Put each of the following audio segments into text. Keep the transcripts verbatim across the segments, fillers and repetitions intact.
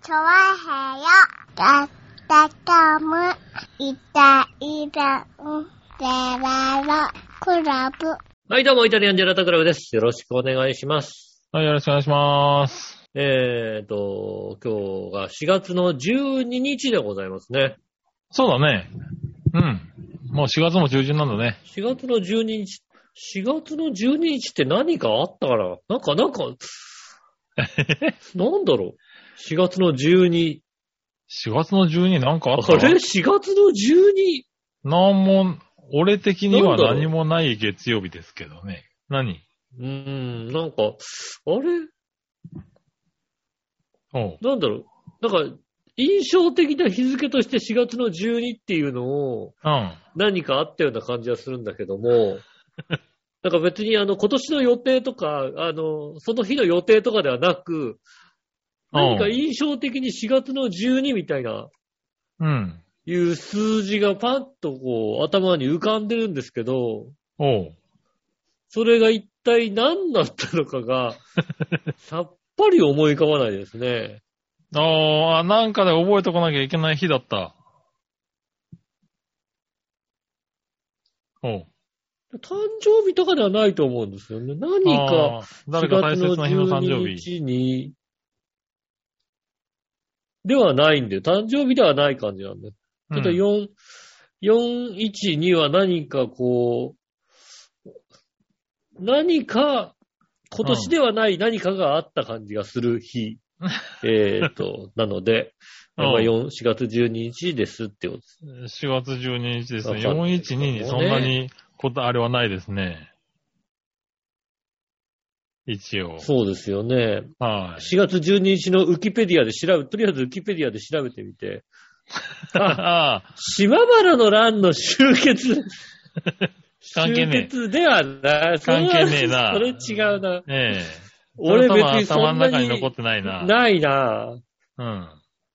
チョワヘヨだったかむいたいたんでららクラブ。 はい、どうも、イタリアンジェラートクラブです。よろしくお願いします。 はい、よろしくお願いします。 えーと、今日がしがつのじゅうににちでございますね。 そうだね。うん。もうしがつも中旬なんだね。 しがつのじゅうににち、しがつのじゅうににちって何かあったかななんか、なんか、なんだろう ?しがつのじゅうに。 しがつのじゅうになんかあったあれ ?しがつのじゅうに。 なんも、俺的には何もない月曜日ですけどね。何うーん、なんか、あれおうなんだろうなんか、印象的な日付としてしがつのじゅうにっていうのを、 うん。 何かあったような感じはするんだけども、なんか別にあの、今年の予定とか、あの、その日の予定とかではなく、何か印象的にしがつのじゅうにみたいな、 うん。 いう数字がパッとこう、頭に浮かんでるんですけど、 おう。 それが一体何だったのかが、さっぱり思い浮かばないですね。 ああ、なんかで覚えとかなきゃいけない日だった。おう。 誕生日とかではないと思うんですよね。何か、 誰か大切な日の誕生日。 しがつのじゅうににちに、ではないんで、誕生日ではない感じなんで。ただよん、よんいちには何かこう、何か、今年ではない何かがあった感じがする日。えっと、なので、まあ、よん、しがつじゅうににちですってことです。 しがつじゅうににちですね。 わかんないよんいちににそんなにこと、あれはないですね。一応。 そうですよね。 はい。 しがつじゅうににちのウィキペディアで調べ、とりあえずウィキペディアで調べてみて。あ、島原の乱の終結。 関係ねえ。 終結ではない。 関係ねえな。 それ違うな。 ええ。 俺別にそんなに。 頭の中に残ってないな。 ないな。 うん。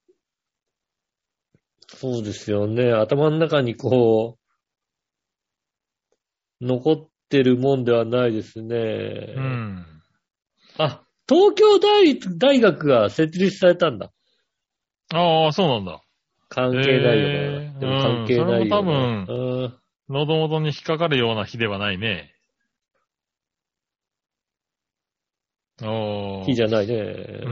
そうですよね。頭の中にこう、残ってるもんではないですね。 うん。 あ、東京大、大学が設立されたんだ。 ああ、そうなんだ。 関係ないよな。 えー、 でも関係ないよな。 うん、それも多分、 うん、 喉元に引っかかるような日ではないね。おー。 日じゃないね。 うん、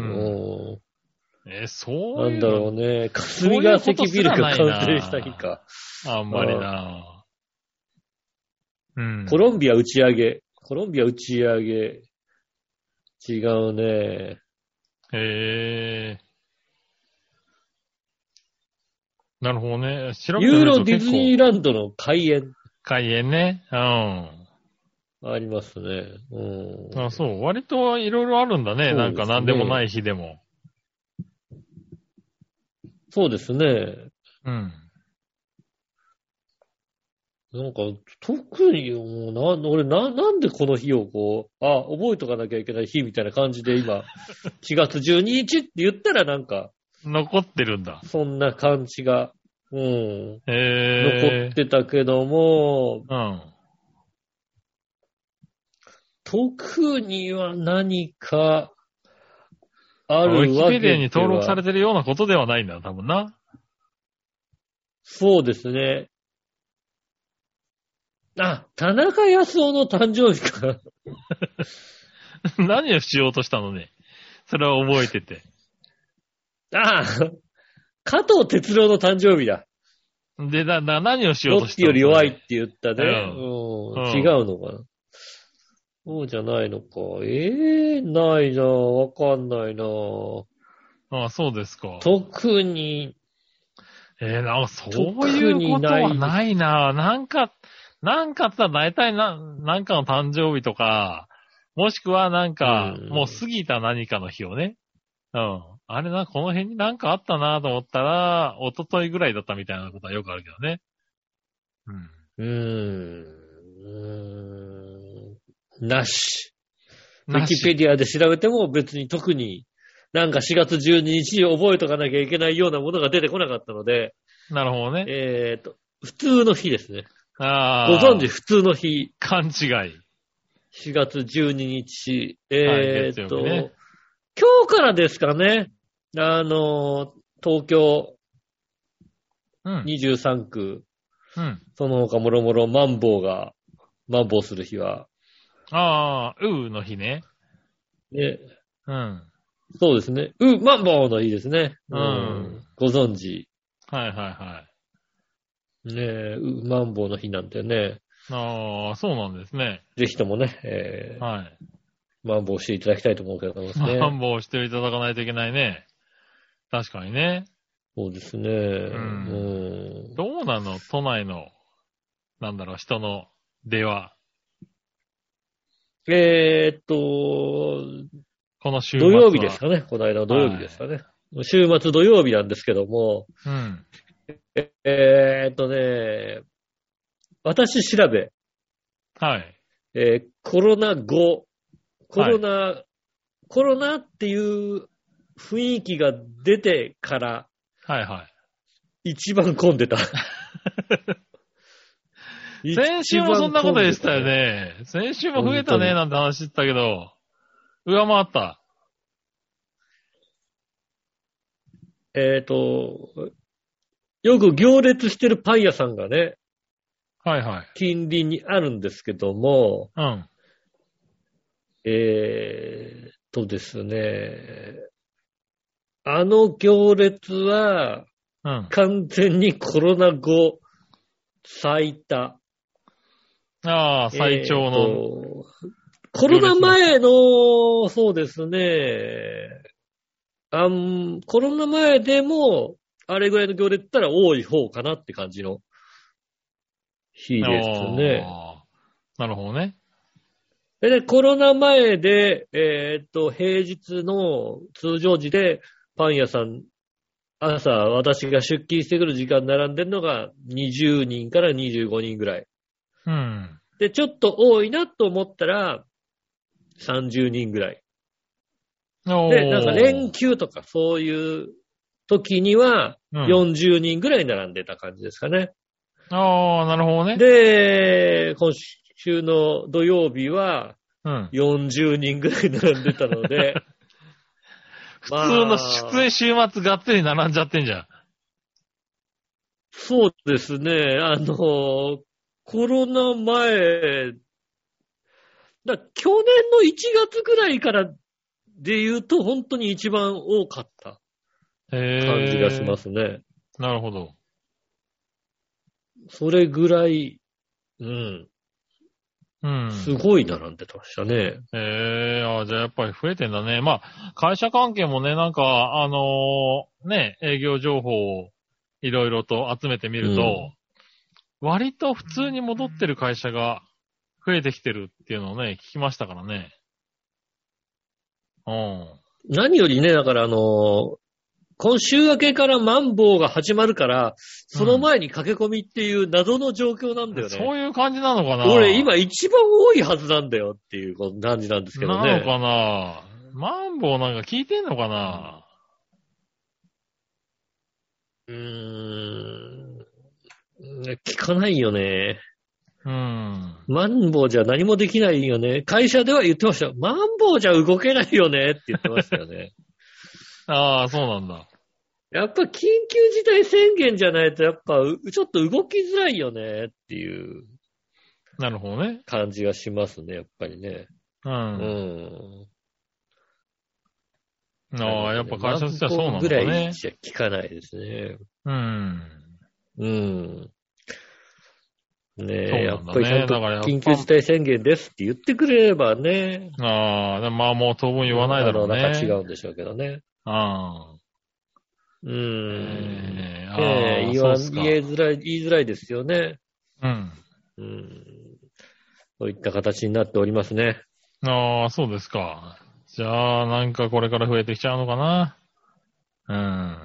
えー、そういうなんだろうね。霞ヶ関ビルが完成した日か。 あんまりな。うん。 コロンビア打ち上げ。コロンビア打ち上げ。違うね。 へえ。なるほどね。調べてみユーるとロディズニーランドの開園。 開園ね。うん。 ありますね。うん、 あ、そう。割といろいろあるんだね。なんか何でもない日でも。 そうですね。 うん。 なんか、特に、もうな、俺な、なんでこの日をこう、あ、覚えとかなきゃいけない日みたいな感じで今、しがつじゅうににちって言ったらなんか、 残ってるんだ。 そんな感じが、うん。 へ残ってたけども、 うん。 特には何かあるわけでは。 ウィキペディアに登録されてるようなことではないんだ、多分な。 そうですね。あ、田中康夫の誕生日か。 何をしようとしたのね。それは覚えてて。 ああ、加藤哲郎の誕生日だ。 で、だ、だ、何をしようロッテとしたのより弱いって言ったね。 うんうん、違うのかな。そうじゃないのか。ええー、ないなぁ。わかんないなぁ。 ああ、そうですか。 特に。 えー、なんかそういうことはないなぁ。なんか、なんかあったら大体な、なんかの誕生日とか、もしくはなんか、もう過ぎた何かの日をね。うん。あれな、この辺になんかあったなと思ったら、一昨日ぐらいだったみたいなことはよくあるけどね。 うん。うーん。うーんなし。ウィキペディアで調べても別に特になんかしがつじゅうににちに覚えとかなきゃいけないようなものが出てこなかったので。 なるほどね。 えっと、普通の日ですね。 ああ。 ご存知普通の日。 勘違い。 しがつじゅうににち。えー、っと、 はい、ね、 今日からですかね。 あの、東京うん。 にじゅうさん区、 うん。 その他もろもろマンボウが、マンボウする日は、 ああ、うーの日ね。 ね、 うん。 そうですね。う、マンボウの日ですね。 うん。 ご存知。 はいはいはい。 ねえ、う、マンボウの日なんてね、 ああ、そうなんですね。 ぜひともね、えー、 はい。 マンボウしていただきたいと思うけどもですね。 マンボウしていただかないといけないね。確かにね。 そうですね。 ううん。 どうなの都内の、なんだろう、人の出は。 えーっと、 この週末は。 土曜日ですかね。この間の土曜日ですかね。はい、週末土曜日なんですけども、 うん。 ええーっとね、私調べ、 はい。 えーコロナ後、コロナ、はい、コロナっていう雰囲気が出てから、 はいはい。 一番混んでた。 先週もそんなことでしたよね。先週も増えたねなんて話してたけど、上回った。 えっと、よく行列してるパン屋さんがね、 はいはい。 近隣にあるんですけども、 うん。 えーっとですね、あの行列は、完全にコロナ後、最多。 ああ、最長の、えー。 コロナ前の、そうですね、あん、コロナ前でも、あれぐらいの行列だったら多い方かなって感じの日ですね。 なるほどね。 で、コロナ前で、えー、っと、平日の通常時でパン屋さん、朝私が出勤してくる時間並んでるのがにじゅうにんからにじゅうごにんぐらい。 うん。 で、ちょっと多いなと思ったらさんじゅうにんぐらい。で、なんか連休とかそういう時にはよんじゅうにんぐらい並んでた感じですかね。 うん、ああ、なるほどね。 で、今週の土曜日はよんじゅうにんぐらい並んでたので、うん普通の出演週末がっつり並んじゃってんじゃん。 そうですね。あの、コロナ前、だ去年のいちがつぐらいからで言うと本当に一番多かった感じがしますね。 なるほど。 それぐらい、うん。 うん。 すごい並んでましたね。 へえー、あ、じゃあやっぱり増えてんだね。まあ、会社関係もね、なんか、あのー、ね、営業情報をいろいろと集めてみると、うん、割と普通に戻ってる会社が増えてきてるっていうのをね、聞きましたからね。うん。 何よりね、だからあのー、今週明けからマンボウが始まるから、その前に駆け込みっていう謎の状況なんだよね。 うん、そういう感じなのかな？ 俺今一番多いはずなんだよっていう感じなんですけどね。 なのかな？マンボウなんか聞いてんのかな？ うーん。聞かないよね。 うん。 マンボウじゃ何もできないよね。会社では言ってました。マンボウじゃ動けないよねって言ってましたよね。 ああ、そうなんだ。 やっぱ緊急事態宣言じゃないとやっぱちょっと動きづらいよねっていう。 なるほどね。 感じがしますね、やっぱりね。 うん。うん。ああ、やっぱ会社としてはそうなんだね。 ぐらいじゃ聞かないですね。 うん。 うん。ねえ、やっぱりちゃんと緊急事態宣言ですって言ってくれればね。 ああ、でもまあもう当分言わないだろうね。 なんか違うんでしょうけどね。 ああ。 うーん。えええー、言わ、言いづらい、言いづらいですよね。 うん。 うん。そういった形になっておりますね。 ああ、そうですか。じゃあ、なんかこれから増えてきちゃうのかな。うん。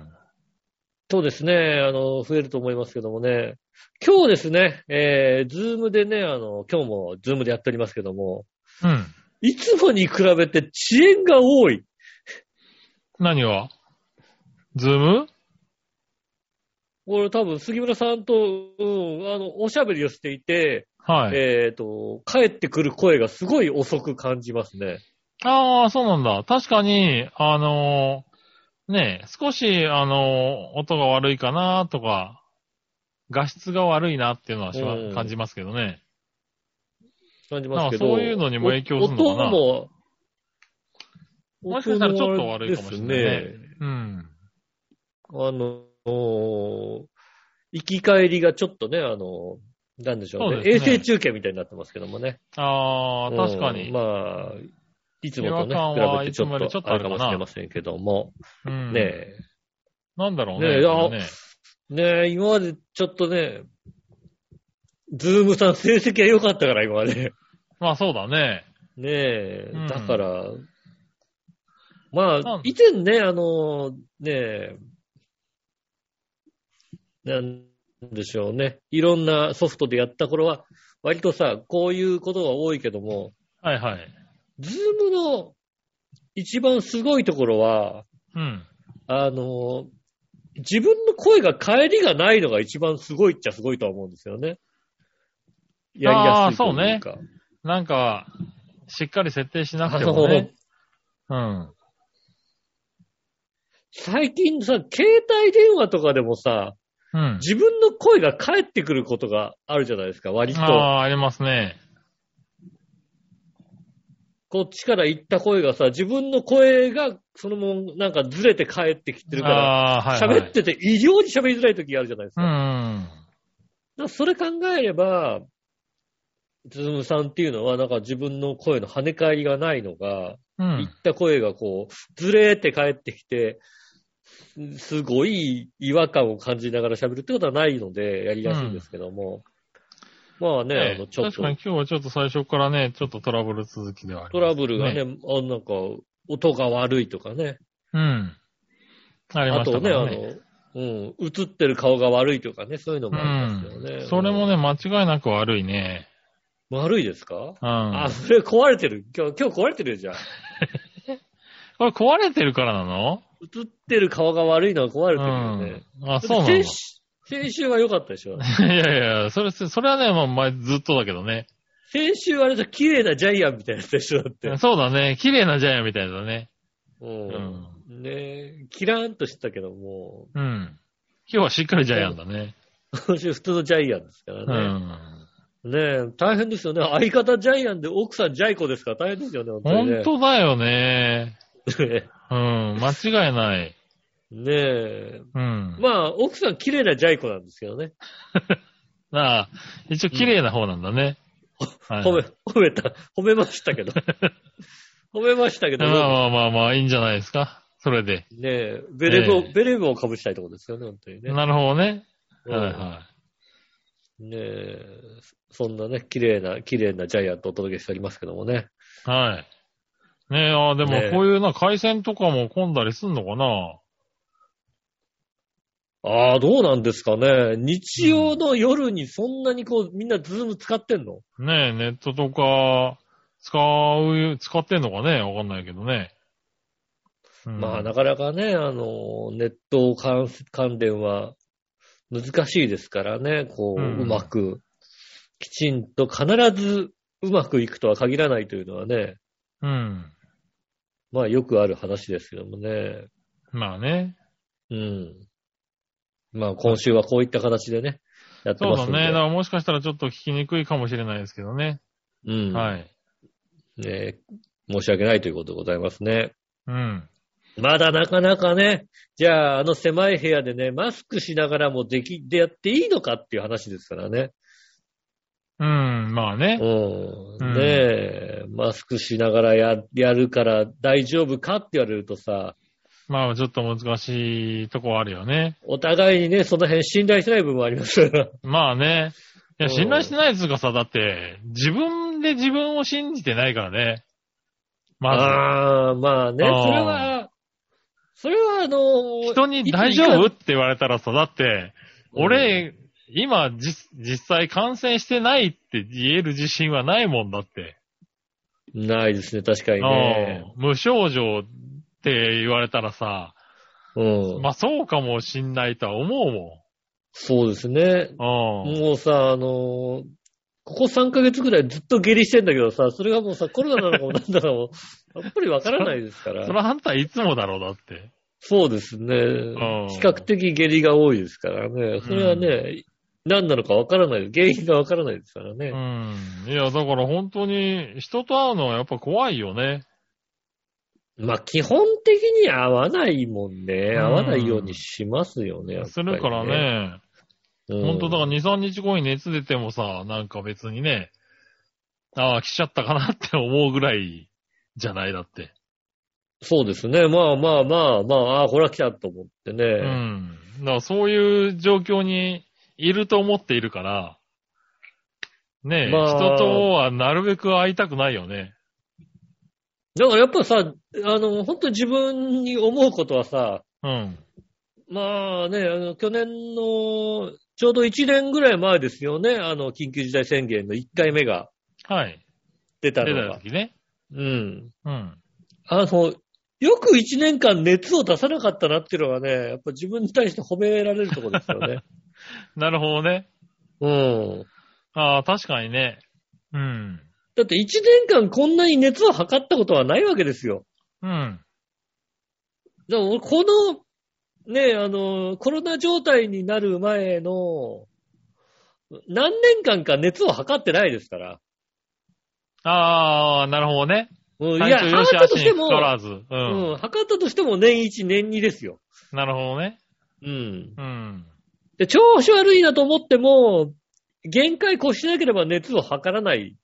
そうですね。あの、増えると思いますけどもね。今日ですね、えー、ズームでね、あの、今日もズームでやっておりますけども。 うん。 いつもに比べて遅延が多い。 何が？ズーム？ これ多分杉村さんと、うん、あの、おしゃべりをしていて、 はい。 えっと、帰ってくる声がすごい遅く感じますね。 ああ、そうなんだ。確かに、あのねえ、少し、あの、音が悪いかなとか、画質が悪いなっていうのはしま、 うん、 感じますけどね。 感じますけど。 そういうのにも影響するのかな。 音も、 もしかしたらちょっと悪いかもしれないね。うん。 あの、行き帰りがちょっとね、あの、なんでしょうね。うね衛星中継みたいになってますけどもね。 ああ、確かに。 うん、まあ、いつもとね、比べてちょっとあるかもしれませんけども。うん、ねえ。 なんだろうね。 ねえ、ねえ、今までちょっとね、ズームさん成績が良かったから、今まで。 まあそうだね。 ねえ、うん、だから、まあ、以前ね、あの、ねえ、なんでしょうね。いろんなソフトでやった頃は、割とさ、こういうことが多いけども、 はいはい。 ズームの一番すごいところは、 うん。 あの、自分の声が帰りがないのが一番すごいっちゃすごいとは思うんですよね。やりやすいというか。ああ、そうね。 なんか、しっかり設定しなくてもね。うん。 最近さ、携帯電話とかでもさ、うん、自分の声が返ってくることがあるじゃないですか、割と。 ああ、ありますね。 こっちから言った声がさ、自分の声がそのままなんかずれて帰ってきてるから、喋、はいはい、ってて異常に喋りづらい時あるじゃないですか。 うん、 だからそれ考えれば、ズームさんっていうのはなんか自分の声の跳ね返りがないのが、うん、言った声がこう、ずれーって帰ってきて、すごい違和感を感じながら喋るってことはないので、やりやすいんですけども。うん、まあね、 ね、 あの、ちょっと。 確かに今日はちょっと最初からね、ちょっとトラブル続きではあります、ね。 トラブルがね、あなんか、音が悪いとかね。 うん。ありましたね。あとね、 あの、うん、映ってる顔が悪いとかね、そういうのもありますよね。 うん、それもね、間違いなく悪いね。 悪いですか？ うん。 あ、それ壊れてる。今日、今日壊れてるじゃん。 これ壊れてるからなの？ 映ってる顔が悪いのは壊れてるよね。 うん、あ、そうなの？ 先週は良かったでしょ。 いやいや、それ、それはね、まあ、前ずっとだけどね。 先週あれだ、綺麗なジャイアンみたいなやつでしょ、だって。 そうだね。綺麗なジャイアンみたいだね。 うん。うん、ねえ、キラーンとしてたけども。 うん。今日はしっかりジャイアンだね。 今週普通のジャイアンですからね。うん。ねえ、大変ですよね。相方ジャイアンで奥さんジャイコですから大変ですよね、本当にね。 本当だよね。うん、間違いない。 ねえ。 うん。 まあ、奥さん綺麗なジャイコなんですけどね。 ああ、一応綺麗な方なんだね。 うん、はい、褒め、褒めた、褒めましたけど。褒めましたけど。 まあまあまあまあ、いいんじゃないですか。それで。 ねえ、ベレブを、えー、ベレブを被したいところですよね、本当にね。 なるほどね。はいはい。 ねえ、そんなね、綺麗な、綺麗なジャイアントをお届けしておりますけどもね。 はい。ねえ、ああ、でもこういうな、回線とかも混んだりすんのかな？ ああ、どうなんですかね。日曜の夜にそんなにこう、みんなズーム使ってんの？ ねえ、ネットとか、使う、使ってんのかね？わかんないけどね。 うん、まあ、なかなかね、あの、ネット関関連は難しいですからね、こう、うん、うまく、きちんと必ずうまくいくとは限らないというのはね。 うん。 まあ、よくある話ですけどもね。 まあね。 うん。まあ、今週はこういった形でね、やってますんで。 そうだね。だからもしかしたらちょっと聞きにくいかもしれないですけどね。 うん。 はい。 ね、申し訳ないということでございますね。 うん。 まだなかなかね、じゃあ、あの狭い部屋でね、マスクしながらもでき、でやっていいのかっていう話ですからね。 うん、まあね。 うん。ねえ、うん、マスクしながらや、やるから大丈夫かって言われるとさ、 まあちょっと難しいとこあるよね。 お互いにね、その辺信頼してない部分もありますから。 まあね。いや、信頼してないっていうかさ、だって、自分で自分を信じてないからね。 まず。ああ、まあね、それは、それはあのー、 人に大丈夫って言われたらさ、だって、俺、うん、今じ、実際感染してないって言える自信はないもんだって。 ないですね、確かにね。 無症状って言われたらさ、 うん、 まあそうかもしんないとは思うもん。 そうですね。もうさ、あのー、ここさんかげつぐらいずっと下痢してんだけどさ、それがもうさ、コロナなのかもなんだかも、やっぱりわからないですから。 それあんたいつもだろう、だって。 そうですね。比較的下痢が多いですからね。それはね、うん、何なのかわからない。原因がわからないですからね。 うん。いや、だから本当に人と会うのはやっぱ怖いよね。 まあ、基本的に会わないもんね。会わないようにしますよね。ねするからね。うん、本当だからに、さんにちごに熱出てもさ、なんか別にね、ああ、来ちゃったかなって思うぐらいじゃないだって。 そうですね。まあまあまあまあ、ああ、これは来たと思ってね。 うん。だからそういう状況にいると思っているから、ねえ、まあ、人とはなるべく会いたくないよね。 だからやっぱさ、あの、本当に自分に思うことはさ、 うん。 まあね、あの、去年の、ちょうどいちねんぐらい前ですよね、あの、緊急事態宣言のいっかいめが。 はい。 出たのが。 出た時ね。 うん。 うん。 あの、よくいちねんかん熱を出さなかったなっていうのはね、やっぱ自分に対して褒められるところですよね。 なるほどね。 うん。 ああ、確かにね。うん。 だっていちねんかんこんなに熱を測ったことはないわけですよ。 うん。 でもこの、ね、あの、コロナ状態になる前の、何年間か熱を測ってないですから。 ああ、なるほどね。 うん、いや、測ったとしても、 うん、 うん、測ったとしても年いち、年にですよ。 なるほどね。 うん。 うん。 で、調子悪いなと思っても、限界越しなければ熱を測らない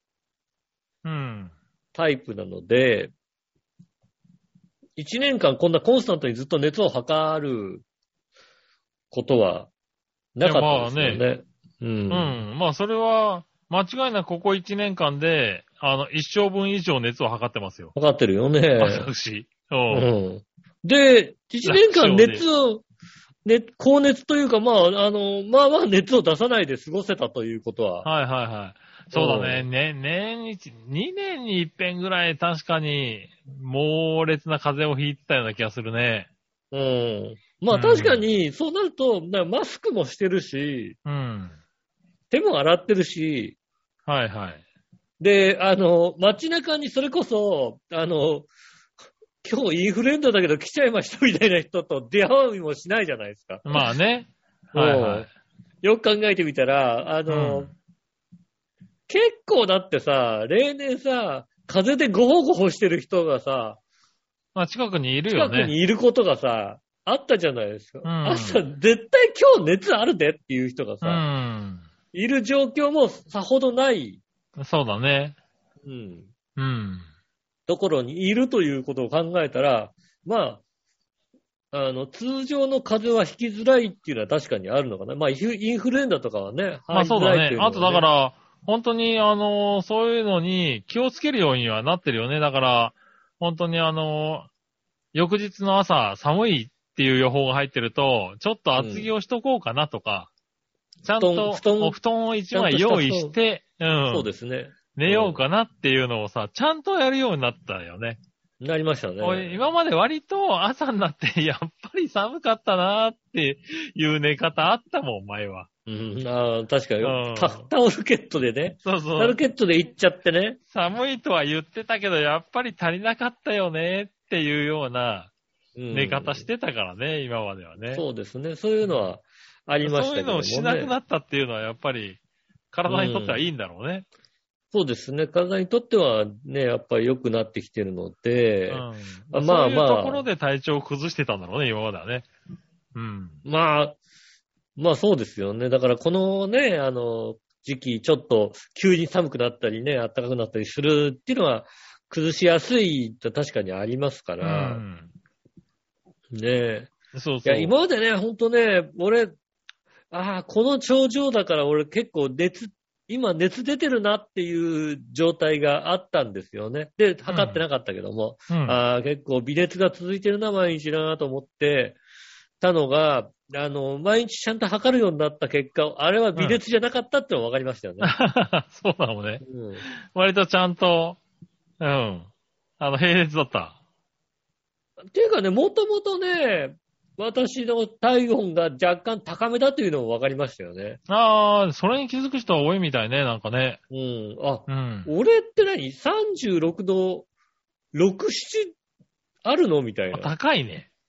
タイプなので、うん、いちねんかんこんなコンスタントにずっと熱を測ることはなかったですよね。まあね。うん。 うん。まあそれは、間違いなくここいちねんかんで、あの、一生分以上熱を測ってますよ。 測ってるよね。 私。 うん。で、いちねんかん熱を、ね、高熱というか、まあ、あの、まあまあ熱を出さないで過ごせたということは。 はいはいはい。そうだね。ね、年一、にねんに一遍ぐらい確かに猛烈な風邪をひいてたような気がするね。 うん。まあ確かに、そうなると、マスクもしてるし、 うん。 手も洗ってるし、 はいはい。 で、あの、街中にそれこそ、あの、今日インフルエンザだけど来ちゃいましたみたいな人と出会いもしないじゃないですか。 まあね。はいはい。 よく考えてみたら、あの、うん、結構だってさ、例年さ、風邪でゴホゴホしてる人がさ、 まあ近くにいるよね。 近くにいることがさ、あったじゃないですか。うん、朝、絶対今日熱あるでっていう人がさ、うん、いる状況もさほどない。 そうだね。 うん。 うん。 ところにいるということを考えたら、まあ、あの、通常の風邪は引きづらいっていうのは確かにあるのかな。まあ、インフルエンザとかはね、 まあそうだね。あとだから、本当にあの、そういうのに気をつけるようにはなってるよね。だから、本当にあの、翌日の朝寒いっていう予報が入ってると、ちょっと厚着をしとこうかなとか、うん、ちゃんとお布団を一枚用意して、 うん、そうですね。 寝ようかなっていうのをさ、ちゃんとやるようになったよね。 なりましたね。 今まで割と朝になってやっぱり寒かったなーっていう寝方あったもん、前は。 うん、あ確かに、うんタ。タオルケットでね。 そうそう。 タオルケットで行っちゃってね。 寒いとは言ってたけど、やっぱり足りなかったよねっていうような寝方してたからね、うん、今まではね。 そうですね。そういうのはありましたけども、ね。 そういうのをしなくなったっていうのはやっぱり体にとってはいいんだろうね。 そうですね。体にとってはね、やっぱり良くなってきてるので、うん、 まあまあ。そういうところで体調を崩してたんだろうね、今まではね。うん。 まあ、まあそうですよね。だからこのね、あの、時期ちょっと急に寒くなったりね、暖かくなったりするっていうのは崩しやすいと確かにありますから。うん、ねえ。 そうそう。 いや、今までね、ほんとね、俺、ああ、この症状だから俺結構熱、今熱出てるなっていう状態があったんですよね。で、測ってなかったけども、うん、ああ、結構微熱が続いてるな、毎日なと思ってたのが、あの、毎日ちゃんと測るようになった結果、あれは微熱じゃなかったってのが分かりましたよね。 うん、そうなのね、うん。割とちゃんと、うん。あの、平熱だった。 っていうかね、もともとね、私の体温が若干高めだというのも分かりましたよね。 ああ、それに気づく人は多いみたいね、なんかね。 うん。あ、うん、俺って何 ?さんじゅうろくどろく、ななあるのみたいな。 高いね。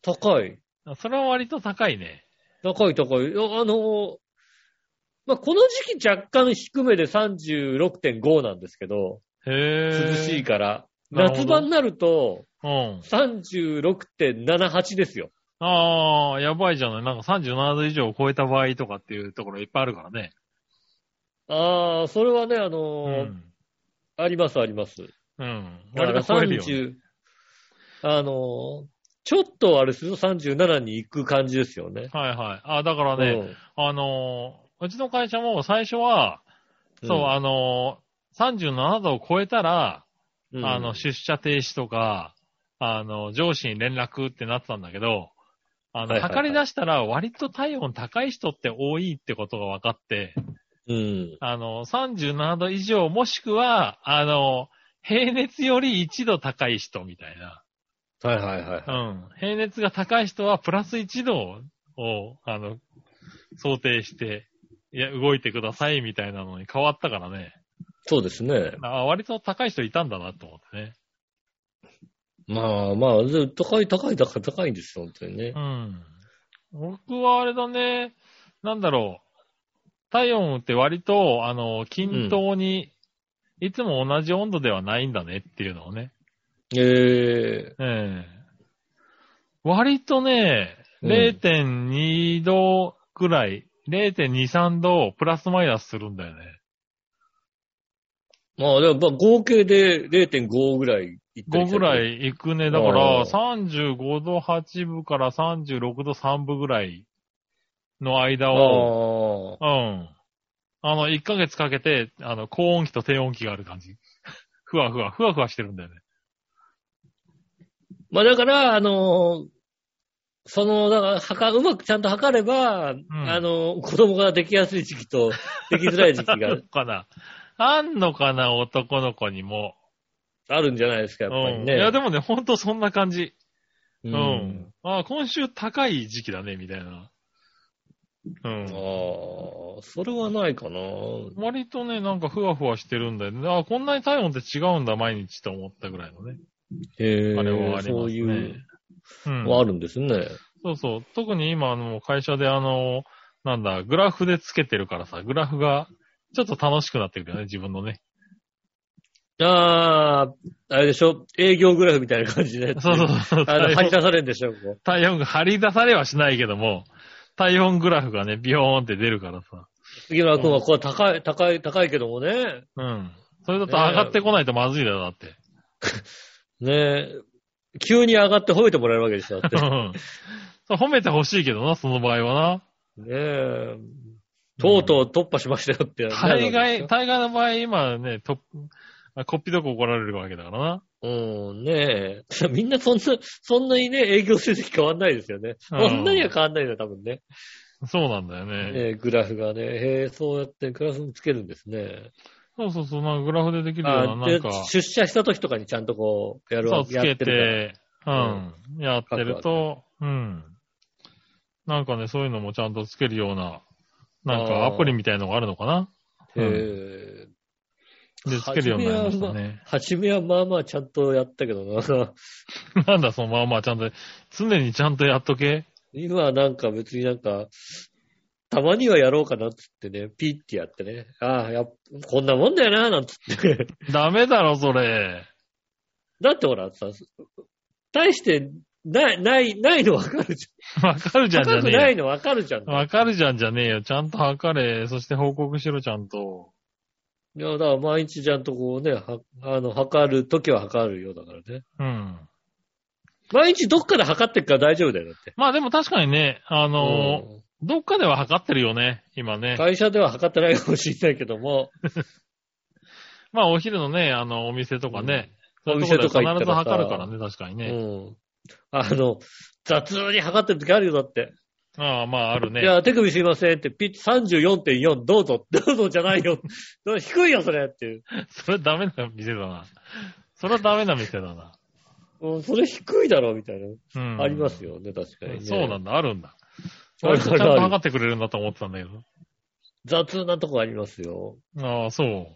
高い。 それは割と高いね。 高い高い。あの、まあ、この時期若干低めで さんじゅうろくてんご なんですけど、 へー。 涼しいから。 なるほど夏場になると、 うん。 さんじゅうろくてんななはち ですよ。 ああ、やばいじゃない。なんかさんじゅうななど以上を超えた場合とかっていうところいっぱいあるからね。 ああ、それはね、あのーうん。 ありますあります。 うん。 だから割と超えるよ、ね。 さんじゅう、あのーちょっとあれするとさんじゅうななに行く感じですよね。 はいはい。あ、だからね、 うんあのーうちの会社も最初は、そう、 うんあのーさんじゅうななどを超えたら、 うんあの、出社停止とか、あの、上司に連絡ってなってたんだけど、あの、 はいはいはい測り出したら割と体温高い人って多いってことが分かって、 うん。 あの、さんじゅうななど以上、もしくは、あの、平熱よりいちど高い人みたいな。 はいはいはい。 うん。平熱が高い人はプラスいちどを、あの、想定して、いや、動いてくださいみたいなのに変わったからね。 そうですね。 あ、割と高い人いたんだなと思ってね。 まあまあ、で高い高い高い高いんですよ、本当にねう。ん。僕はあれだね、なんだろう。体温って割と、あの、均等に、いつも同じ温度ではないんだねっていうのをね。 ええええ割とね、 うんれいてんにどくらい、れいてんに、さんどプラスマイナスするんだよね。 まあ、でもまあ合計で れいてんご ぐらいいったりごぐらいいくね。だかあら、 あさんじゅうごどはちぶからさんじゅうろくどさんぶぐらいの間を、 ああ。 うん。あの、いっかげつかけて、あの、高温期と低温期がある感じ。ふわふわ、ふわふわしてるんだよね。 まあだから、あのーその、だから、はか、うまくちゃんと測れば、 んあのー子供ができやすい時期と、できづらい時期あがるのかなあんのかな男の子にも。 あるんじゃないですか、やっぱりね。 うん。いや、でもね、ほんとそんな感じ。 ううんん。ああ、今週高い時期だね、みたいな。うあん。 あ、それはないかな。 割とね、なんかふわふわしてるんだよね。ああ、こんなに体温って違うんだ、毎日と思ったぐらいのね。 へえ、 あれはありますね。 そういううん。 のはあるんですね。 そうそう。特に今、あの、会社であの、なんだ、グラフでつけてるからさ、グラフが、ちょっと楽しくなってくるよね、自分のね。 ああ、あれでしょ営業グラフみたいな感じで。 そうそうそう。 あの、 体温張り出されるんでしょこう体温が張り出されはしないけども、体温グラフがね、ビヨーンって出るからさ。 杉村君はこう高い、高い、高いけどもね。 うん。それだと上がってこないとまずいだよ、だって。 ねえ。急に上がって褒めてもらえるわけでしょだって。 うんそう褒めてほしいけどな、その場合はねえ。とうとう突破しましたよってな。 なるわけで大概、 しょ。 大概の場合、今ね、とこっぴどく怒られるわけだからな。 うん、ねえ。みんなそんな、そんなにね、営業成績変わんないですよね。 うんそんなには変わんないのよ、多分ね。 そうなんだよね。 ねえ、グラフがね。へえ、そうやってグラフにつけるんですね。 そうそうそう、なんかグラフでできるような、 あでなんか、 出社した時とかにちゃんとこう、やるそう、つけやってるて、うん、やってると、うん。なんかね、そういうのもちゃんとつけるような、なんかアプリみたいのがあるのかな。 から。へうんえ。 で、つけるようになりましたね。 初めはまあまあちゃんとやったけどな。 なんだ、そのまあまあちゃんと、常にちゃんとやっとけ。 今はなんか別になんか、たまにはやろうかなっつってね、ピッてやってね。ああ、やっこんなもんだよな、なんつって。 ダメだろ、それ。 だってほら、さ、大して、ない、ない、ないのわかるじわかるじゃゃん。 んじゃねえよ。 高くないのわかるじゃん。 わかるじゃんじゃねえよ。ちゃんと測れ。そして報告しろ、ちゃんと。 いや、だから毎日ちゃんとこうね、は、あの、測るときは測るよだからね。 うん。 毎日どっかで測ってっから大丈夫だよ、だって。 まあでも確かにね、あのうんどっかでは測ってるよね、今ね。 会社では測ってないかもしれないけども。 まあお昼のね、あの、お店とかね。 うんそういうとこでお店とか行った必ずらさ測るからね、確かにうね。 ん。あの、雑に測ってる時あるよ、だって。 ああ、まああるね。 いや、手首すいませんって、ピッ、さんじゅうよんてんよん、どうぞ、どうぞじゃないよ。低いよ、それっていう。 それダメな店だな。それはダメな店だな。 うん、それ低いだろ、みたいな。 うん。 ありますよね、確かにね。 そうなんだ、あるんだ。 ある割とちゃんと測ってくれるんだと思ってたんだけど。 雑なとこありますよ。 ああ、そう。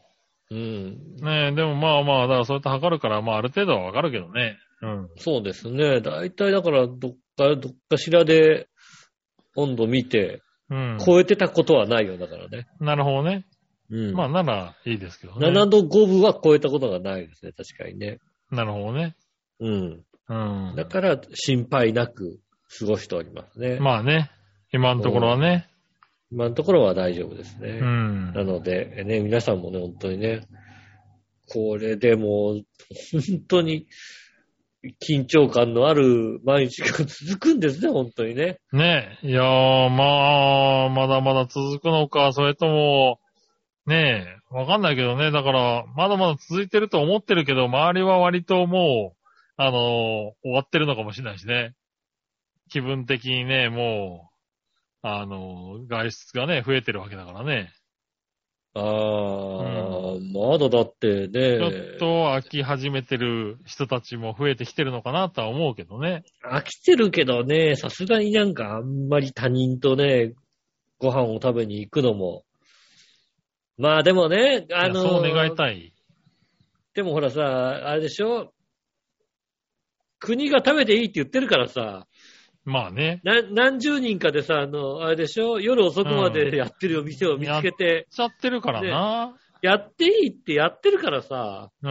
うん。 ねえ、でもまあまあ、だからそうやって測るから、まあある程度はわかるけどね。うん。 そうですね。だいたいだからどっか、どっかしらで温度見て、うん。超えてたことはないよ、だからね。 なるほどね。 うん。 まあならいいですけどね。 ななどごぶは超えたことがないですね、確かにね。 なるほどね。 うん。 うん。 だから心配なく過ごしておりますね。 まあね。今のところはね。 今のところは大丈夫ですね。 うん。 なので、ね、皆さんもね、本当にね、これでも、本当に、緊張感のある毎日が続くんですね、本当にね。 ねえ。いやー、まあ、まだまだ続くのか、それとも、ねえ、わかんないけどね。だから、まだまだ続いてると思ってるけど、周りは割ともう、あのー、終わってるのかもしれないしね。気分的にね、もう、あのー、外出がね、増えてるわけだからね。 ああ、うん、まだだってね。 ちょっと飽き始めてる人たちも増えてきてるのかなとは思うけどね。 飽きてるけどね、さすがになんかあんまり他人とね、ご飯を食べに行くのも。まあでもね、あのー、 そう願いたい。 でもほらさ、あれでしょ？国が食べていいって言ってるからさ。 まあね。 な、何十人かでさ、あの、あれでしょ、夜遅くまでやってるお店を見つけて。やっちゃってるからな、 ね。やっていいってやってるからさ。 うん。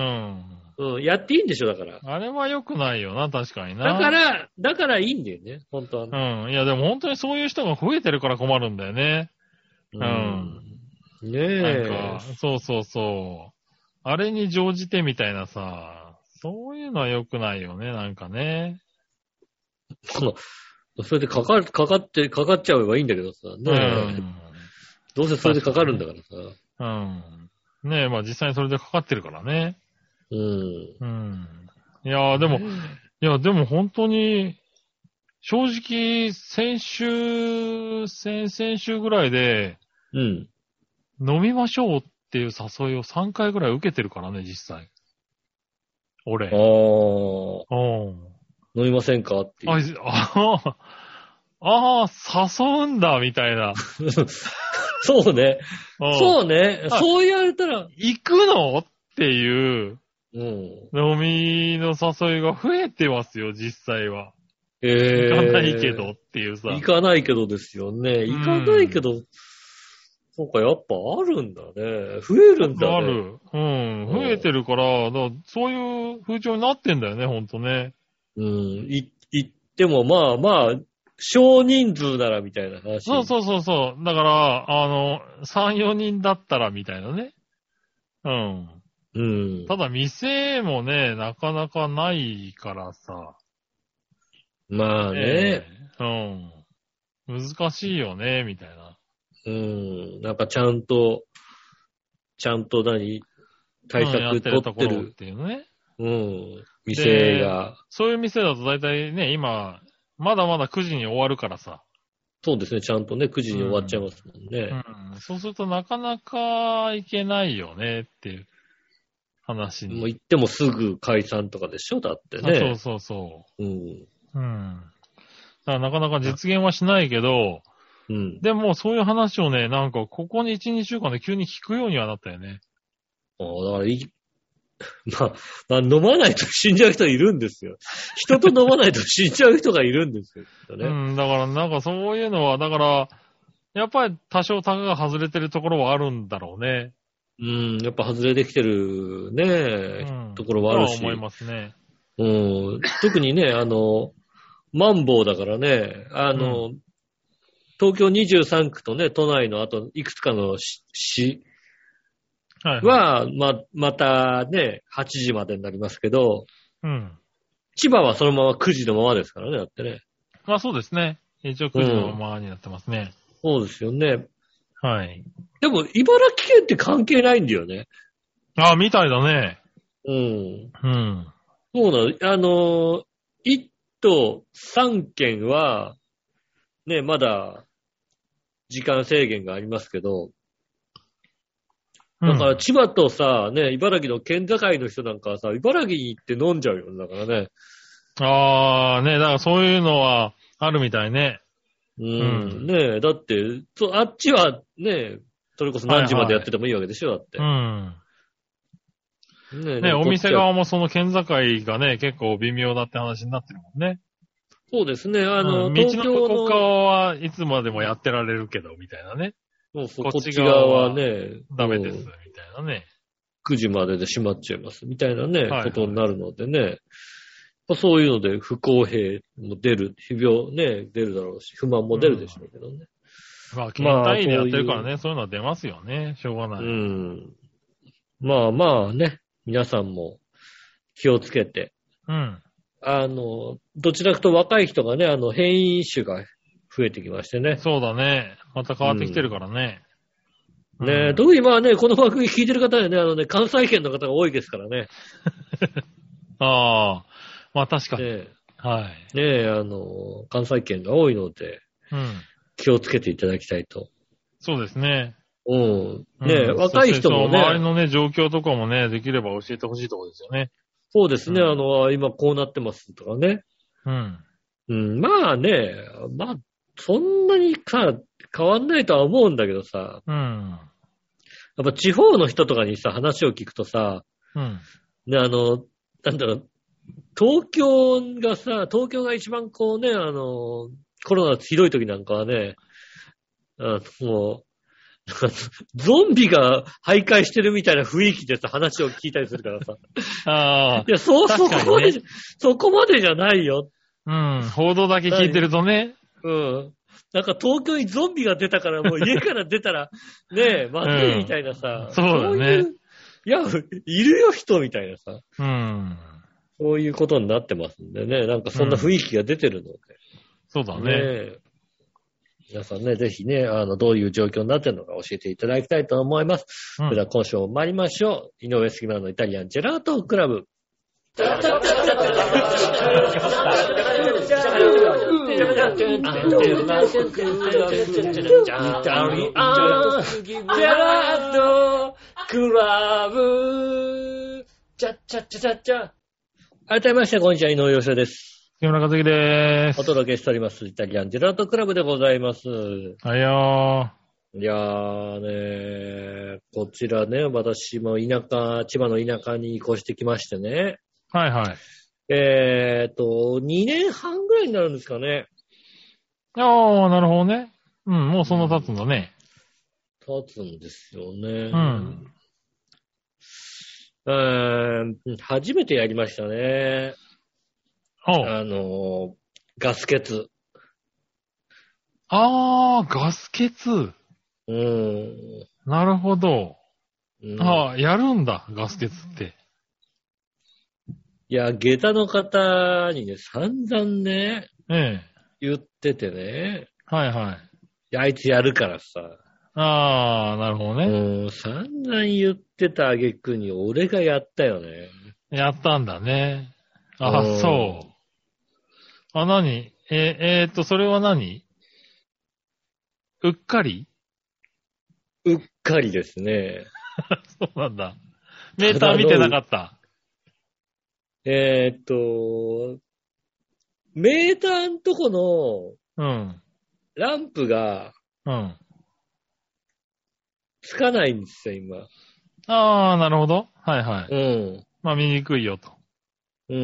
うん、やっていいんでしょ、だから。 あれは良くないよな、確かにな。 だから、だからいいんだよね、本当は、 ね。うん。いや、でも本当にそういう人が増えてるから困るんだよね。うん。 うん、ねえ。 なんか、そうそうそう。あれに乗じてみたいなさ、そういうのは良くないよね、なんかね。 それでかかる、かかって、かかっちゃえばいいんだけどさ、ねえ、うん、どうせそれでかかるんだからさ。 うん。ねえ、まあ実際にそれでかかってるからね。 うん。 うん。いやーでも、いや、でも本当に、正直、先週、先々週ぐらいで、 うん。 飲みましょうっていう誘いをさんかいぐらい受けてるからね、実際。俺。 ああ。 うん。 飲みませんかっていう。 ああ、ああ、誘うんだ、みたいな。 そうね。そうね。そう言われたら。 行くのっていう、うん、飲みの誘いが増えてますよ、実際は。えー、行かないけどっていうさ。 行かないけどですよね。行かないけど、うん、そうか、やっぱあるんだね。増えるんだね。 ある。うん。増えてるから、だからそういう風潮になってんだよね、ほんとね。 うん。い、行っても、まあまあ、少人数ならみたいな話。 そうそうそうそう。だから、あの、さん、よにんだったらみたいなね。うん。 うん。 ただ、店もね、なかなかないからさ。 まあね。 えー、うん。難しいよね、みたいな。 うん。なんかちゃんと、ちゃんと何対策取ってる。 っていうね。 うん。店が。 そういう店だと大体ね、今、まだまだくじに終わるからさ。 そうですね、ちゃんとね、くじに終わっちゃいますもんね。 うん。うん、そうするとなかなか行けないよねっていう話に。 もう行ってもすぐ解散とかでしょだってね。 そうそうそう。 うん。 うん。だからなかなか実現はしないけど、 うん。 でもそういう話をね、なんかここにいち、にしゅうかんで急に聞くようにはなったよね。 ああ、だからい、まあ、まあ、飲まないと死んじゃう人いるんですよ。人と飲まないと死んじゃう人がいるんですよ。ね、 うん、だからなんかそういうのは、だから、やっぱり多少タガが外れてるところはあるんだろうね。 うん、やっぱ外れてきてるね、うん、ところはあるし。 そう思いますね。 うん、特にね、あの、マンボウだからね、あの、うん、東京にじゅうさんくとね、都内のあといくつかの市は、はいはい、ま、またね、はちじまでになりますけど、 うん。 千葉はそのままくじのままですからね、だってね。 あ、そうですね。一応くじのままになってますね。 うん、そうですよね。 はい。 でも、茨城県って関係ないんだよね。 あ、みたいだね。 うん。 うん。 そうなの。あの、いち都さん県は、ね、まだ、時間制限がありますけど、だから千葉とさ、ね、茨城の県境の人なんかはさ、茨城に行って飲んじゃうよ。だからね。 ああ、ね、だからそういうのはあるみたいね。 うん、うん、ねえ、だって、あっちはね、それこそ何時までやっててもいいわけでしょ、だって。 うん。 ね、ねお店側もその県境がね、結構微妙だって話になってるもんね。 そうですね。あの、 うん、道の向こう側はいつまでもやってられるけど、みたいなね。 そうそうこっち側はね、 ダメです、みたいなね。 くじまでで閉まっちゃいます、みたいなね、はいはい、ことになるのでね。そういうので不公平も出る、非病ね、出るだろうし、不満も出るでしょうけどね。 うん、まあ、県単位でやってるからね、まあ、そういうのは出ますよね。しょうがない。 うん。まあまあね、皆さんも気をつけて。 うん。 あの、どちらかと若い人がね、あの、変異種が増えてきましてね。 そうだね。また変わってきてるからね。 うん、ねえ、うん、特にまあね、この番組聞いてる方はね、あのね、関西圏の方が多いですからね。 ああ、まあ確かに。 ね、 はい。 ねえ、あの、関西圏が多いので、 うん、 気をつけていただきたいと。 そうですね。 うん。ねえ、うん、若い人もね。 周りのね、状況とかもね、できれば教えてほしいところですよね。 そうですね、うん、あの、今こうなってますとかね。 うん。 うん、まあね、まあ、そんなにか変わんないとは思うんだけどさ。 うん。 やっぱ地方の人とかにさ、話を聞くとさ、 うん。 ね、あの、なんだろう、東京がさ、東京が一番こうね、あの、コロナひどい時なんかはね、あもう、ゾンビが徘徊してるみたいな雰囲気でさ、話を聞いたりするからさ。 ああ。 いや、そう、そこまで、ね、そこまでじゃないよ。 うん、報道だけ聞いてるとね。 うん。なんか東京にゾンビが出たからもう家から出たら、ねえ、まずいみたいなさ、 うん。そうだね。そういう、 いや、いるよ人みたいなさ。 うん。 そういうことになってますんでね。なんかそんな雰囲気が出てるので。うん、 そうだね。 ね皆さんね、ぜひね、あの、どういう状況になってるのか教えていただきたいと思います。うん、それでは今週も参りましょう。井上杉村のイタリアンジェラートクラブ。改めまして、こんにちは、井上洋翔です。 木村和樹でーす。 お届けしております。イタリアンジェラートクラブでございます。 はいよー。いやーねー、こちらね、私も田舎、千葉の田舎に越してきましてね。 はいはい。 えーと、にねんはんぐらいになるんですかね。 あー、なるほどね。うん、もうそんな経つんだね。 経つんですよね。 うん。 えー、初めてやりましたね。あの、ガス欠。 あー、ガス欠。 うん。 なるほど。 うん、 ああ、やるんだ、ガス欠って。 いや、下駄の方にね、散々ね、 ええ、 言っててね。 はいはい。いや、あいつやるからさ。 ああ、なるほどね。 うん、散々言ってた挙句に俺がやったよね。 やったんだね。ああ、そう。あ、何えー、えー、っと、それは何うっかりうっかりですね。 そうなんだ。メーター見てなかった。 えー、っと、メーターんとこの、うん。 ランプが、 うん。 つかないんですよ、今。 ああ、なるほど。はいはい。 うん。 まあ見にくいよと。 うん。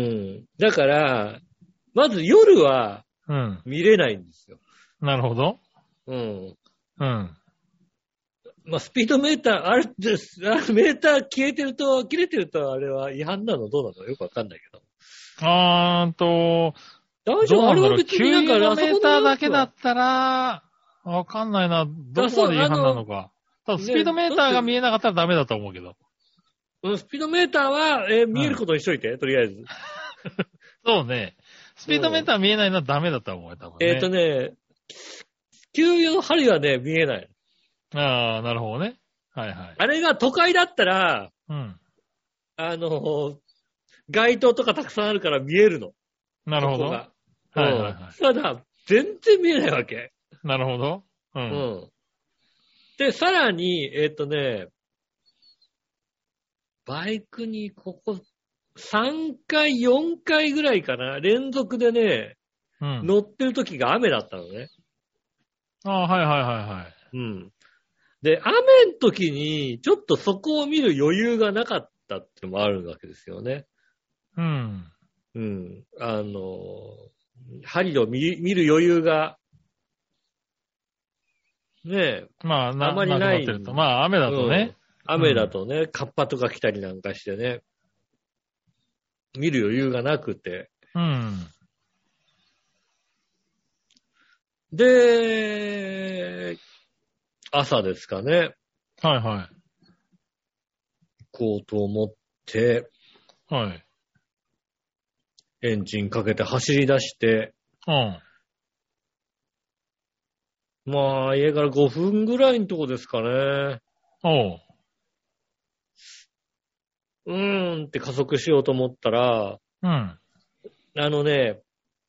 だから、まず夜は、 うん。 見れないんですよ。 なるほど。 うん。 うん。 まあ、スピードメーター、あれです、あれメーター消えてると、切れてると、あれは違反なのどうなのよくわかんないけど。 あーと、 大丈夫あれは別になんか、 給油のメーターだけだったら、わかんないな。どこまで違反なのか。ただスピードメーターが見えなかったらダメだと思うけど。 うん、スピードメーターは、えー、見えることにしといて、うん、とりあえず。 そうね。スピードメーター見えないのはダメだと思うよ、多分、ね。 えっ、ー、とね、給油の針はね、見えない。 ああ、なるほどね。はいはい。 あれが都会だったら、 うん。 あの、街灯とかたくさんあるから見えるの。 なるほど。はいはいはい。 ただ、全然見えないわけ。 なるほど。うん。 うん。で、さらに、えっ、ー、とね、バイクにここさんかい、よんかいぐらいかな、連続でね、うん、乗ってる時が雨だったのね。 ああ、はいはいはいはい。 うん。で、雨の時に、ちょっとそこを見る余裕がなかっったっていうのもあるわけですよね。 うん。 うん。あの、針を見、見る余裕が、ねえ。 まあ、な、 あまりない。 なくなってると。まあ、雨だとね。 うん、雨だとね、カッパとか来たりなんかしてね、見る余裕がなくて。 うん。 で、朝ですかね。 はいはい。 こうと思って、 はい。 エンジンかけて走り出して、 うん。 まあ、家からごふんぐらいのとこですかね。 おう。 うーんって加速しようと思ったら、 うん。あのね、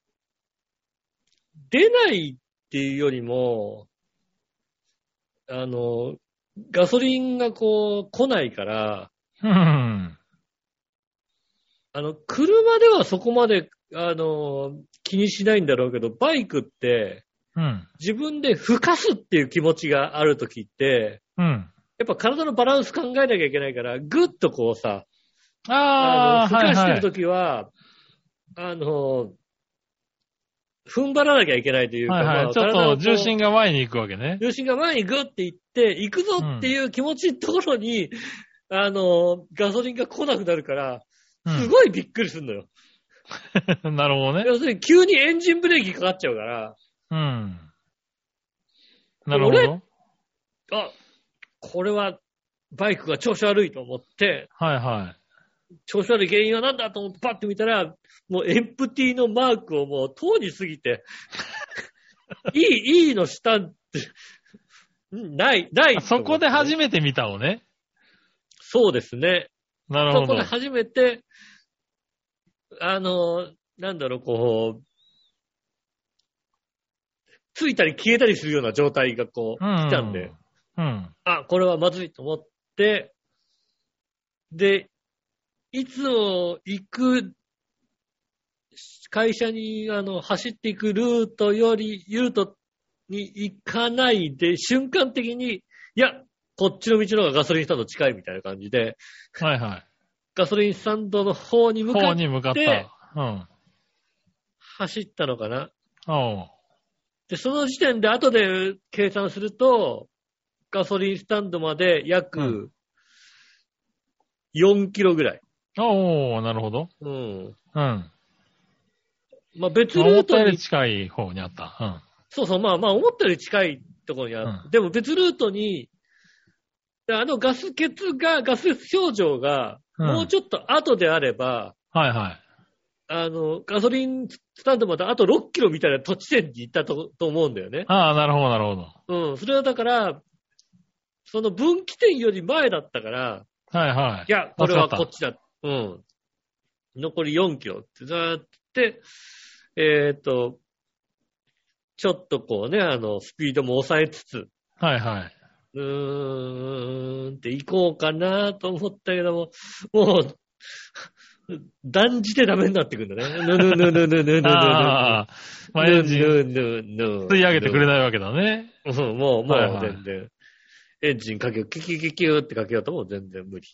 出ないっていうよりも、あの、ガソリンがこう来ないから、 うん。 あの、車ではそこまで、あの、気にしないんだろうけど、バイクって、 うん。 自分で吹かすっていう気持ちがあるときって、 うん。 やっぱ体のバランス考えなきゃいけないから、ぐっとこうさ、 ああ、 あの、吹かしてるはいはい。 ときは、あの、踏ん張らなきゃいけないというか、 はいはい。 まあ、 ちょっと体をこう重心が前に行くわけね。 重心が前にグッて行って、行くぞっていう気持ちのところに、うん、あの、ガソリンが来なくなるから、すごいびっくりするのよ。 うん、なるほどね。 要するに急にエンジンブレーキかかっちゃうから。 うん。なるほど。 あ、これはバイクが調子悪いと思って、 はいはい。 調子悪い原因は何だと思ってパッと見たら、もうエンプティのマークをもう通り過ぎて、いい、いいの下って、ない、ない、ね。 そこで初めて見たのね。 そうですね。 なるほど。 そこで初めて、あの、なんだろう、こう、ついたり消えたりするような状態がこう、来たんで、 うん。 あ、これはまずいと思って、で、いつも行く、会社に、あの、走っていくルートより、ルートに行かないで、瞬間的に、いや、こっちの道の方がガソリンスタンド近いみたいな感じで、 はいはい。 ガソリンスタンドの方に向かって、 方に向かった。うん。 走ったのかな。 おう。 で、その時点で後で計算すると、ガソリンスタンドまで約よんキロぐらい。 おー、なるほど。 うん。うん。 まあ別ルートに。 思ったより近い方にあった。うん。 そうそう、まあまあ思ったより近いところにあった。うん、でも別ルートに、あのガス欠が、ガス症状が、もうちょっと後であれば、 うん、はいはい。 あの、ガソリンスタンドまであとろっキロみたいな土地線に行ったと、と思うんだよね。 ああ、なるほど、なるほど。うん。それはだから、その分岐点より前だったから、 はいはい。 いや、これはこっちだ。うん。残りよんキロってざーって、えっと、ちょっとこうね、あの、スピードも抑えつつ、 はいはい。 うーんって行こうかなと思ったけども、もう、断じてダメになってくるんだね。ぬぬぬぬぬぬぬぬ。 ああ、まあ、エンジン、 ぬぬぬ。 吸い上げてくれないわけだね。 うん、もう、もう全然。エンジンかけよう、キュキュキュキュってかけようとも全然無理。 うん。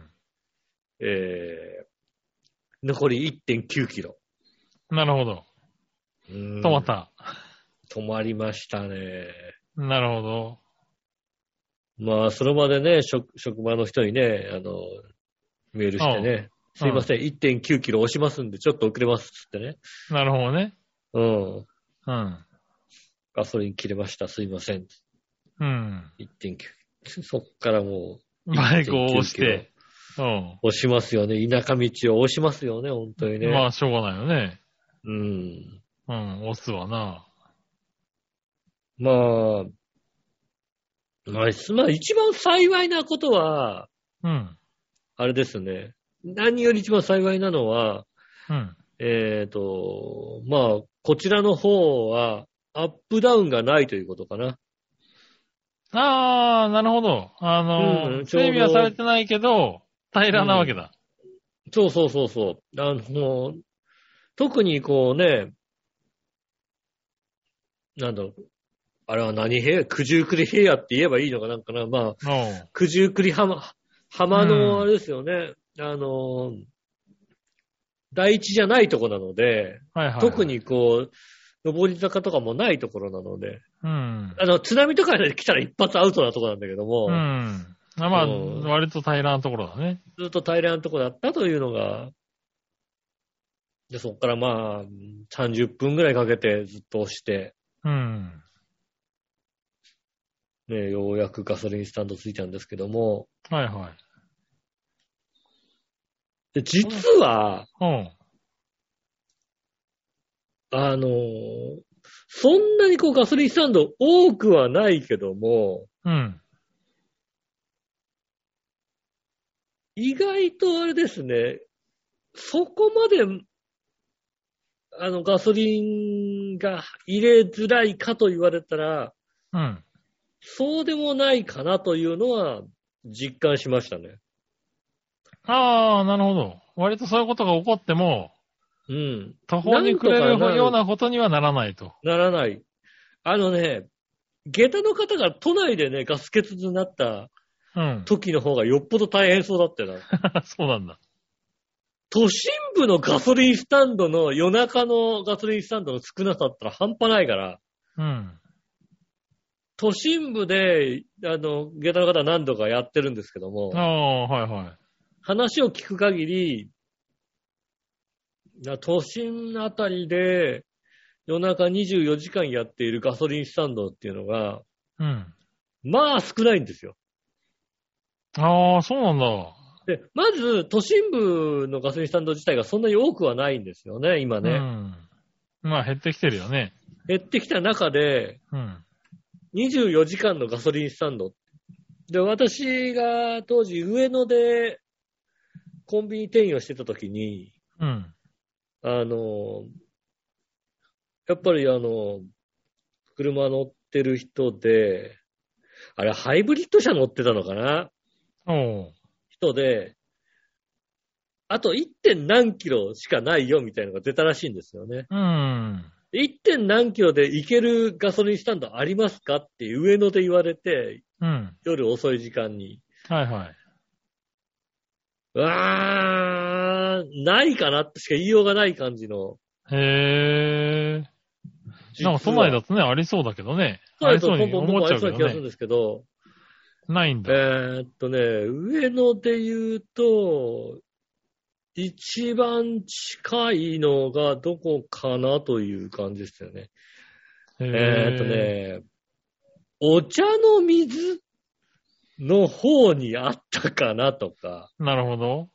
えー、残り いってんきゅうキロ。 なるほど。止まった。 止まりましたね。 なるほど。 まあ、その場でね、職、職場の人にね、あの、メールしてね、すいません、うん、いってんきゅうキロ押しますんで、ちょっと遅れますってね。 なるほどね。 うん。 うん。 ガソリン切れました、すいません。 うん。 いってんきゅう。そっからもう。バイクを押して。 うん。押しますよね。田舎道を押しますよね、本当にね。 まあ、しょうがないよね。 うん。 うん、押すわな。 まあ、まあ、まあ、一番幸いなことは、 うん。 あれですね。何より一番幸いなのは、 うん。 えっと、まあ、こちらの方は、アップダウンがないということかな。 ああ、なるほど。あの、うん、整備はされてないけど、平らなわけだ。 うん、そうそうそうそう。あの、特にこうね、なんだろう、あれは何平野、九十九里平野って言えばいいのかなんかな。まあ、九十九里浜、 浜のあれですよね、うん、あの、第一じゃないとこなので、はいはいはい、特にこう、上り坂とかもないところなので、うん、あの、津波とかで来たら一発アウトなところなんだけども、うん、 まあ、うん、割と平らなところだね。 ずっと平らなところだったというのが、で、そこからまあ、さんじゅっぷんぐらいかけてずっと押して、うん。ね、ようやくガソリンスタンドついたんですけども。 はいはい。 で、実は、うん。あの、そんなにこうガソリンスタンド多くはないけども、うん。意外とあれですね、そこまで、あの、ガソリンが入れづらいかと言われたら、うん。そうでもないかなというのは実感しましたね。 ああ、なるほど。割とそういうことが起こっても、うん。途方に暮れるようなことにはならないと。 ならない。あのね、下駄の方が都内でね、ガス欠になった時の方がよっぽど大変そうだったよな。そうなんだ。 都心部のガソリンスタンドの夜中のガソリンスタンドの少なさったら半端ないから。うん。都心部で、あの、下駄の方は何度かやってるんですけども。 ああ、はいはい。 話を聞く限り、都心あたりで夜中にじゅうよじかんやっているガソリンスタンドっていうのが、うん。まあ少ないんですよ。 ああ、そうなんだ。 で、まず都心部のガソリンスタンド自体がそんなに多くはないんですよね、今ね。うん。 まあ減ってきてるよね。 減ってきた中で、うん。にじゅうよじかんのガソリンスタンド。で、私が当時上野でコンビニ店員をしてた時に、うん。あの、やっぱりあの、車乗ってる人で、あれハイブリッド車乗ってたのかな？うん。人で、あと いってん 何キロしかないよみたいなのが出たらしいんですよね。うん。いってん 何キロで行けるガソリンスタンドありますかって上野で言われて、うん。夜遅い時間に。 はいはい。 うわー、ないかなってしか言いようがない感じの。 へー。なんか都内だとね、ありそうだけどね。 ありそうに思っちゃうけどね。ありそうな気がするんですけど。 ないんだ。 えー、っとね、上野で言うと、一番近いのがどこかなという感じですよね。えー、っとね、お茶の水の方にあったかなとか。 なるほど。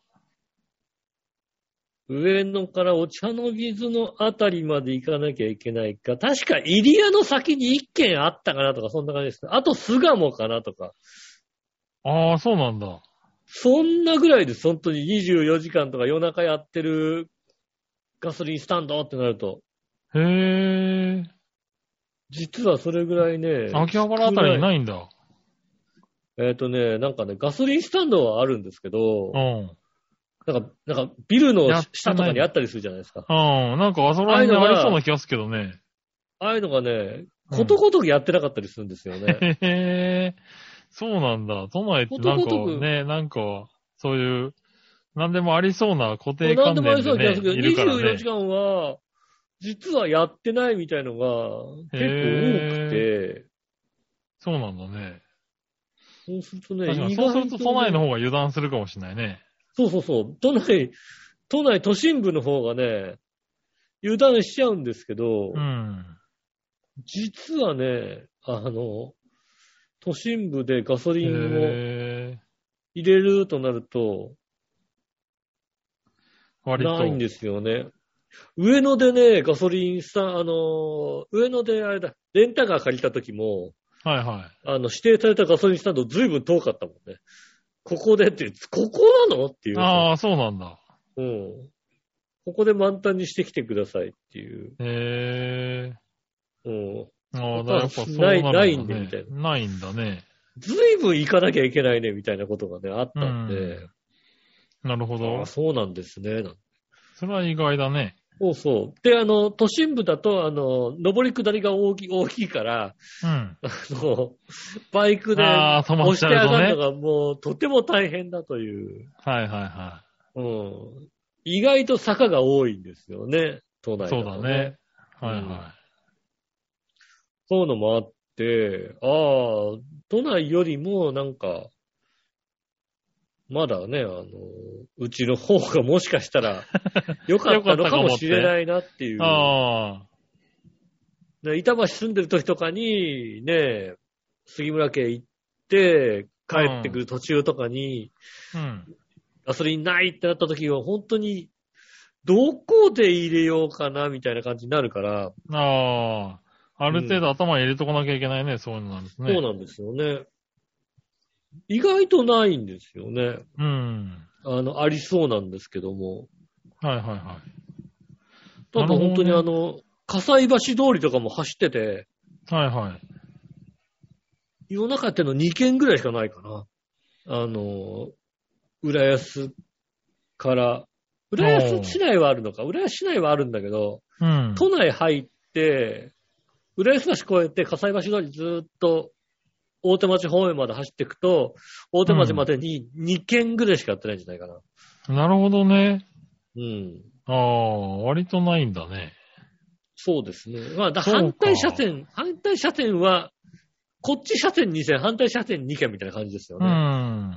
上野からお茶の水のあたりまで行かなきゃいけないか。確か入谷の先に一軒あったかなとか、そんな感じですね。あと巣鴨かなとか。 ああ、そうなんだ。 そんなぐらいです。本当ににじゅうよじかんとか夜中やってるガソリンスタンドってなると。 へー。 実はそれぐらいね。 秋葉原あたりにないんだ。 えっとね、なんかね、ガソリンスタンドはあるんですけど、うん。なんか、なんかビルの下とかにあったりするじゃないですか。 うん。なんかあそこら辺にありそうな気がするけどね。 ああいうのがね、ことごとくやってなかったりするんですよね。 へー。そうなんだ。都内ってなんかね、なんか、そういう、なんでもありそうな固定観念で、ね、なんでもありそうな気がするけど、ね、にじゅうよじかんは、実はやってないみたいのが結構多くて。 そうなんだね。 そうするとね、 意外とね、そうすると都内の方が油断するかもしれないね。 そうそうそう。都内、都内都心部の方がね、油断しちゃうんですけど、うん、実はね、あの、都心部でガソリンを入れるとなると、割とないんですよね。上野でね、ガソリンスタン、あの、上野であれだ、レンタカー借りた時も、はいはい。あの、指定されたガソリンスタンドずいぶん遠かったもんね。ここでって、ここなのっていう。 ああ、そうなんだ。 うん。ここで満タンにしてきてくださいっていう。 へえ。うん。 ああ、だからやっぱそうない、ないんで、みたいな。 ないんだね。 ずいぶん行かなきゃいけないね、みたいなことがね、あったんで。 うん、なるほど。 ああ、そうなんですね。 それは意外だね。 そうそう。で、あの、都心部だと、あの、上り下りが大きい、大きいから、 うん。 あの、バイクであー止ま押してっちゃうとね上がるのがもうとても大変だという。 はいはいはうん。意外と坂が多いんですよね、都内い。 だと、 そうだね。はいうんはそういうのもあって、ああ、都内よりもなんか、まだね、あの、うちの方がもしかしたら良かったのかもしれないなっていい。 う。 ああ。 ね板橋住んでる時とかに、ね、杉村家行って帰ってくる途中とかに、 うん。 ガソリンないってなった時は本当にどこで入れようかなみたいな感じになるから、 ああ。ある程度頭に入れとかなきゃいけないね、そういうのなんですね。 そうなんですよね。意外とないんですよね。 うん。 あの、ありそうなんですけども。 はいはいはい。 ただ本当になるほどねあの、葛西橋通りとかも走ってて、 はいはい。 夜中ってのにけんぐらいしかないかな。あの、浦安から、浦安市内はあるのか、浦安市内はあるんだけど、 うん。 都内入って、浦安橋越えて葛西橋通りずーっと大手町方面まで走っていくと、大手町までににけんぐらいしかやってないんじゃないかな。 なるほどね。 うん。 ああ、割とないんだね。 そうですね。まあ、だそうか反対車線、反対車線は、こっち車線にせん、反対車線にけんみたいな感じですようね。 ん。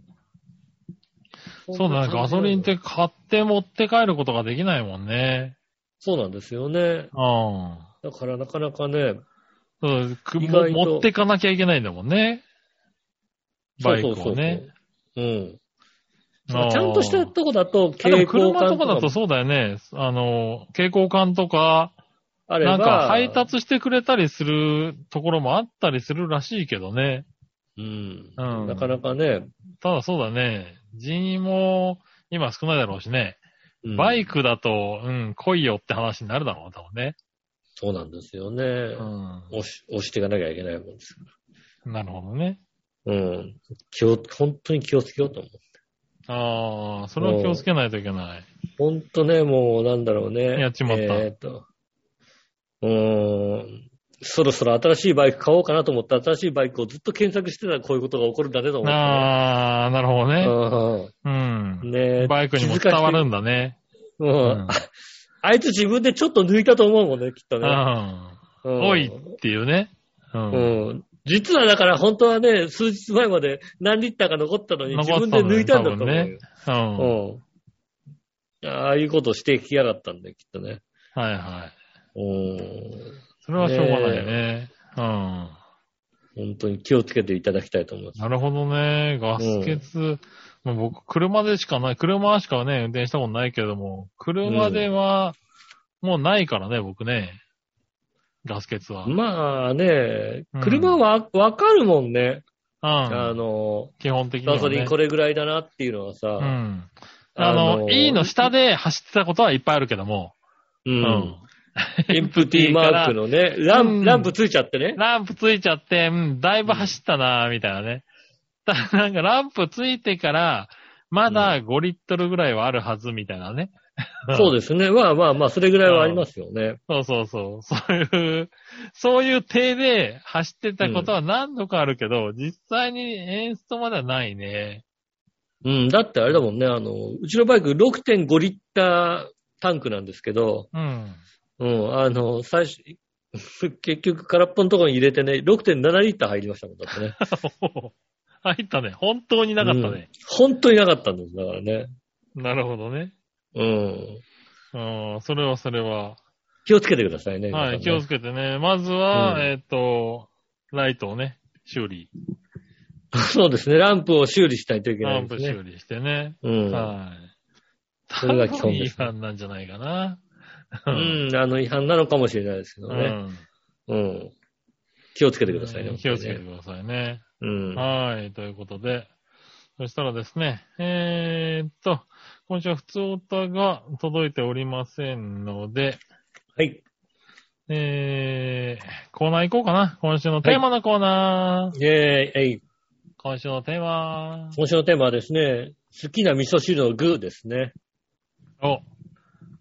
そうだね。ガソリンっね。 て買って持って帰ることができないもんね。 そうなんですよね。 うん。 だからなかなかね、 そうく意外と持ってかなきゃいけないんだもんね。バイクをね。 そうそうそうそう。うん。 あーちゃんとしたとこだと、 あでも蛍光車と管とかもかだとそうだよね。あの、蛍光管とか、 あれば、 なんか配達してくれたりするところもあったりするらしいけどね。 うん。 うんなかなかね、 ただそうだね。人員も今少ないだろうしね。 うんバイクだと、うん、来いよって話になるだろう、多分ね。 そうなんですよね。 う押し、押していかなきゃいけないもんですかん。なるほどね。 ら。うん。気を、本当に気をつけようと思う。 ああ、それは気をつけないといけない。 ほんとね、もう、なんだろうね。 やっちまったえーっと、うーん、そろそろ新しいバイク買おうかなと思って新しいバイクをずっと検索してたらこういうことが起こるんだねと思って、ね。 ああ、なるほどね。 ううん。 ん。ねバイクにも伝わるんだね。 うん。 うんあいつ自分でちょっと抜いたと思うもんね、きっとうね。 ん。 うんおいっていうね。うん。 うん。実はだから本当はね、数日前まで何リッターか残ったのに自分で抜いたんだと思うよ。 ね。うん。 うん。ああいうことをしてきやがったんだよ、きっとね。 はいはい。 うん。 それはしょうがないね。うん。 本当に気をつけていただきたいと思います。 なるほどね。ガス欠。まあ僕、車でしかない。車しかね、運転したことないけれども、車では、もうないからね、僕ね。ガス欠は。 まあねうん、 車はわかるもんね。 うん。 あの、 基本的には、ね。 ガソリンこれぐらいだなっていうのはさ。 うん。ああの、 の E の下で走ってたことはいっぱいあるけども。 う。 うんん。 エンプティマークのね、ランプ、ランプついちゃってね。 ランプついちゃって、うん、だいぶ走ったなぁ、みたいなね。ただなんかランプついてから、まだごリットルぐらいはあるはず、みたいなね。 そうですね。まあまあまあ、それぐらいはありますよね。 そうそうそう。そういう、そういう体で走ってたことは何度かあるけど、実際にエンストまではないね。 うん。だってあれだもんね、あの、うちのバイク ろくてんご リッタータンクなんですけど、 うん。 うん、あの、最初、結局空っぽのところに入れてね、ろくてんなな リッター入りましたもん、だってね。 入ったね。本当になかったね。 うん、本当になかったんです、だからね。 なるほどね。 うん。 うん、それはそれは。 気をつけてくださいね。 はい、 ね気をつけてね。まずは、 うんえっと、ライトをね、修理。 そうですね。ランプを修理しないといけなランプいですね。 修理してね。 うん。 はい。 それが基本ですね多分違反なんじゃないかな。 うん、あの違反なのかもしれないですけどね。 うん。 うん。気をつけてくださいね。 気をつけてくださいね。 うん。 はい。ということで、そしたらですね、えーっと、今週は普通歌が届いておりませんので、 はい。 えー、コーナー行こうかな。今週のテーマのコーナー。 イェーイ、えい。 今週のテーマ。 今週のテーマはですね、好きな味噌汁の具ですね。 お、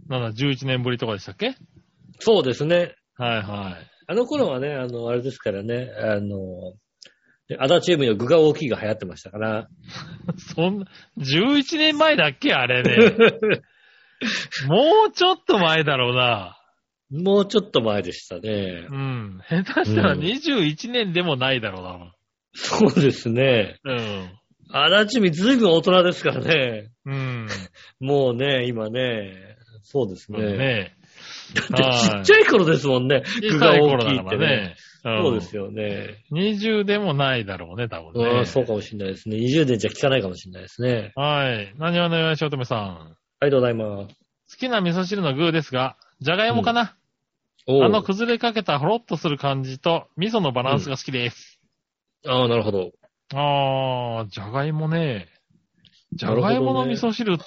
なんだ、じゅういちねんぶりとかでしたっけ？ そうですね。 はいはい。 あの頃はね、あの、あれですからね、あの、アダチウムの具が大きいが流行ってましたから。 そんな、じゅういちねんまえだっけあれね。もうちょっと前だろうな。 もうちょっと前でしたね。 うん。下手したらにじゅういちねんでもないだろうな。うん、 そうですね。 うん。 アダチウムずいぶん大人ですからね。 うん。 もうね、今ね、そうですね。 ねだってちっちゃい頃ですもんね。具が大きいってね。そうですよね。 にじゅうでもないだろうね、多分ね。 ああ、そうかもしれないですね。にじゅうねんじゃ効かないかもしれないですね。 はい。何話のよしおとめさん。ありがとうございます。 好きな味噌汁の具ですが、じゃがいもかな。うん、あの崩れかけたほろっとする感じと味噌のバランスが好きです。 うん、ああ、なるほど。 ああ、じゃがいもね。じゃがいもの味噌汁って、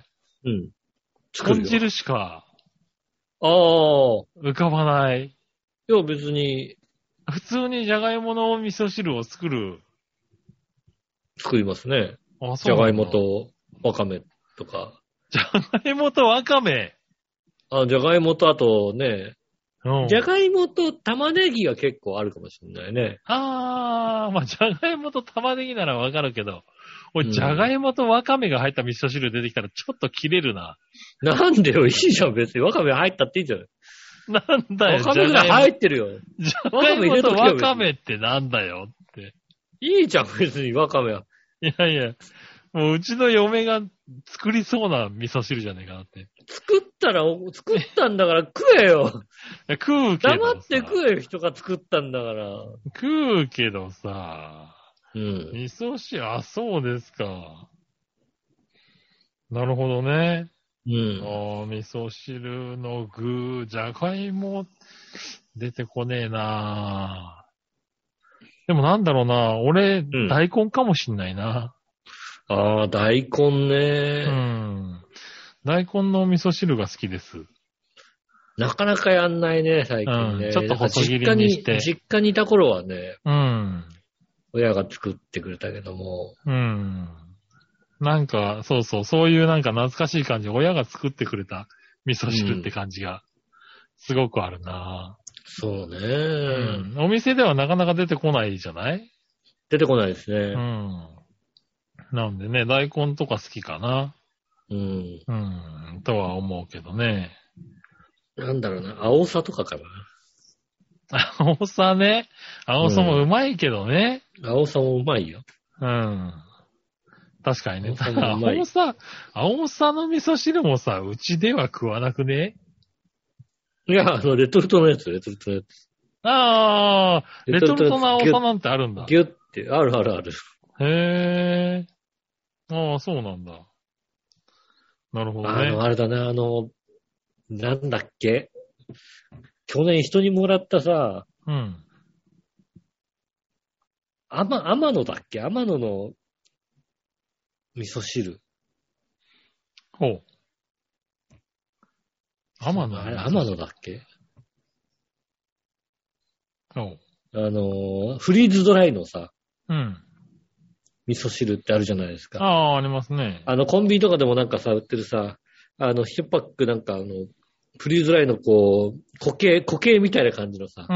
うん。 豚汁しか、 ああ。 浮かばない。 いや、別に。 普通にじゃがいもの味噌汁を作る。 作りますね。 あ、そう。 じゃがいもとわかめとか。 じゃがいもとわかめ。 あ、じゃがいもとあとね、 うん、 じゃがいもと玉ねぎが結構あるかもしれないね。 あー、まあ、じゃがいもと玉ねぎならわかるけど、おい、じゃがいもとわかめが入った味噌汁出てきたらちょっと切れるな。 なんでよ、いいじゃん、別に。わかめ入ったっていいじゃん。 なんだよ、 わかめが入ってるよ。 じゃがいもとわかめってなんだよって。 いいじゃん、別にわかめは。 いやいや、もううちの嫁が作りそうな味噌汁じゃねえかなって。 作ったら、作ったんだから食えよ。 食うけど。 黙って食えよ、人が作ったんだから。 食うけどさ。 うん。 味噌汁、あ、そうですか。なるほどね。 うん。 あ、味噌汁の具、じゃがいも、出てこねえなぁ。でもなんだろうな、俺、うん、大根かもしんないな。 ああ、大根ね。 うん。大根の味噌汁が好きです。 なかなかやんないね、最近ね。 うん、ちょっと細切りにして。 実家にいた頃はね。 うん。 親が作ってくれたけども。 うん。なんか、そうそう、そういうなんか懐かしい感じ、親が作ってくれた味噌汁って感じが、すごくあるなぁ。 そうね、 うん。お店ではなかなか出てこないじゃない？ 出てこないですね。 うん。なんでね、大根とか好きかな。 うん。 うん。とは思うけどね。 なんだろうな、青さとかかな。青さね。青さもうまいけどね。 うん、青さもうまいよ。 うん。確かにね。青さ、青さの味噌汁もさ、うちでは食わなくね？ いや、あの、レトルトのやつ、レトルトのやつ。 ああ、レトルトの青さなんてあるんだ。 ギュッて、あるあるある。 へえ。ああ、そうなんだ。なるほどね。 あの、あれだね、あの、なんだっけ？去年人にもらったさ、 うん。 あま、天野だっけ？天野の味噌汁。 ほう。天野あれ、天野だっけ？ ほう。 あの、フリーズドライのさ、 うん。 味噌汁ってあるじゃないですか。 ああ、ありますね。 あの、コンビニとかでもなんかさ、売ってるさ、あの、一パックなんかあの、フリーズドライのこう、固形、固形みたいな感じのさ、 うん。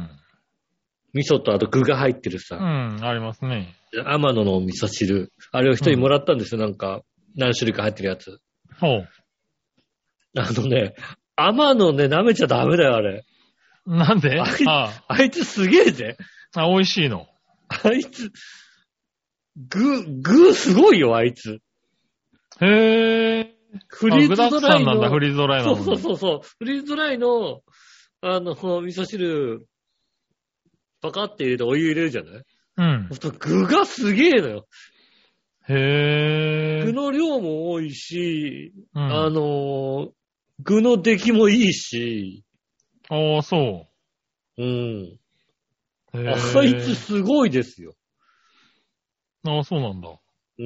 味噌とあと具が入ってるさ、 うん、ありますね。 天野の味噌汁。あれを一人もらったんですよ、うん、なんか、何種類か入ってるやつ。 ほう。 あのね、天野ね、舐めちゃダメだよ、あれ。 なんで？ あい, ああいつすげえぜ。 あ、美味しいの。 あいつ、具、具すごいよ、あいつ。 へー。 フリーズドライの。 なんだ、フリーズドライの。 そうそうそうそう。フリーズドライの、あの、味噌汁、パカって入れてお湯入れるじゃない？ うん。 具がすげえのよ。 へー。 具の量も多いし、 うん、 あの、具の出来もいいし。 ああ、そう。 うん。 へー。あいつすごいですよ。 ああ、そうなんだ。 うん。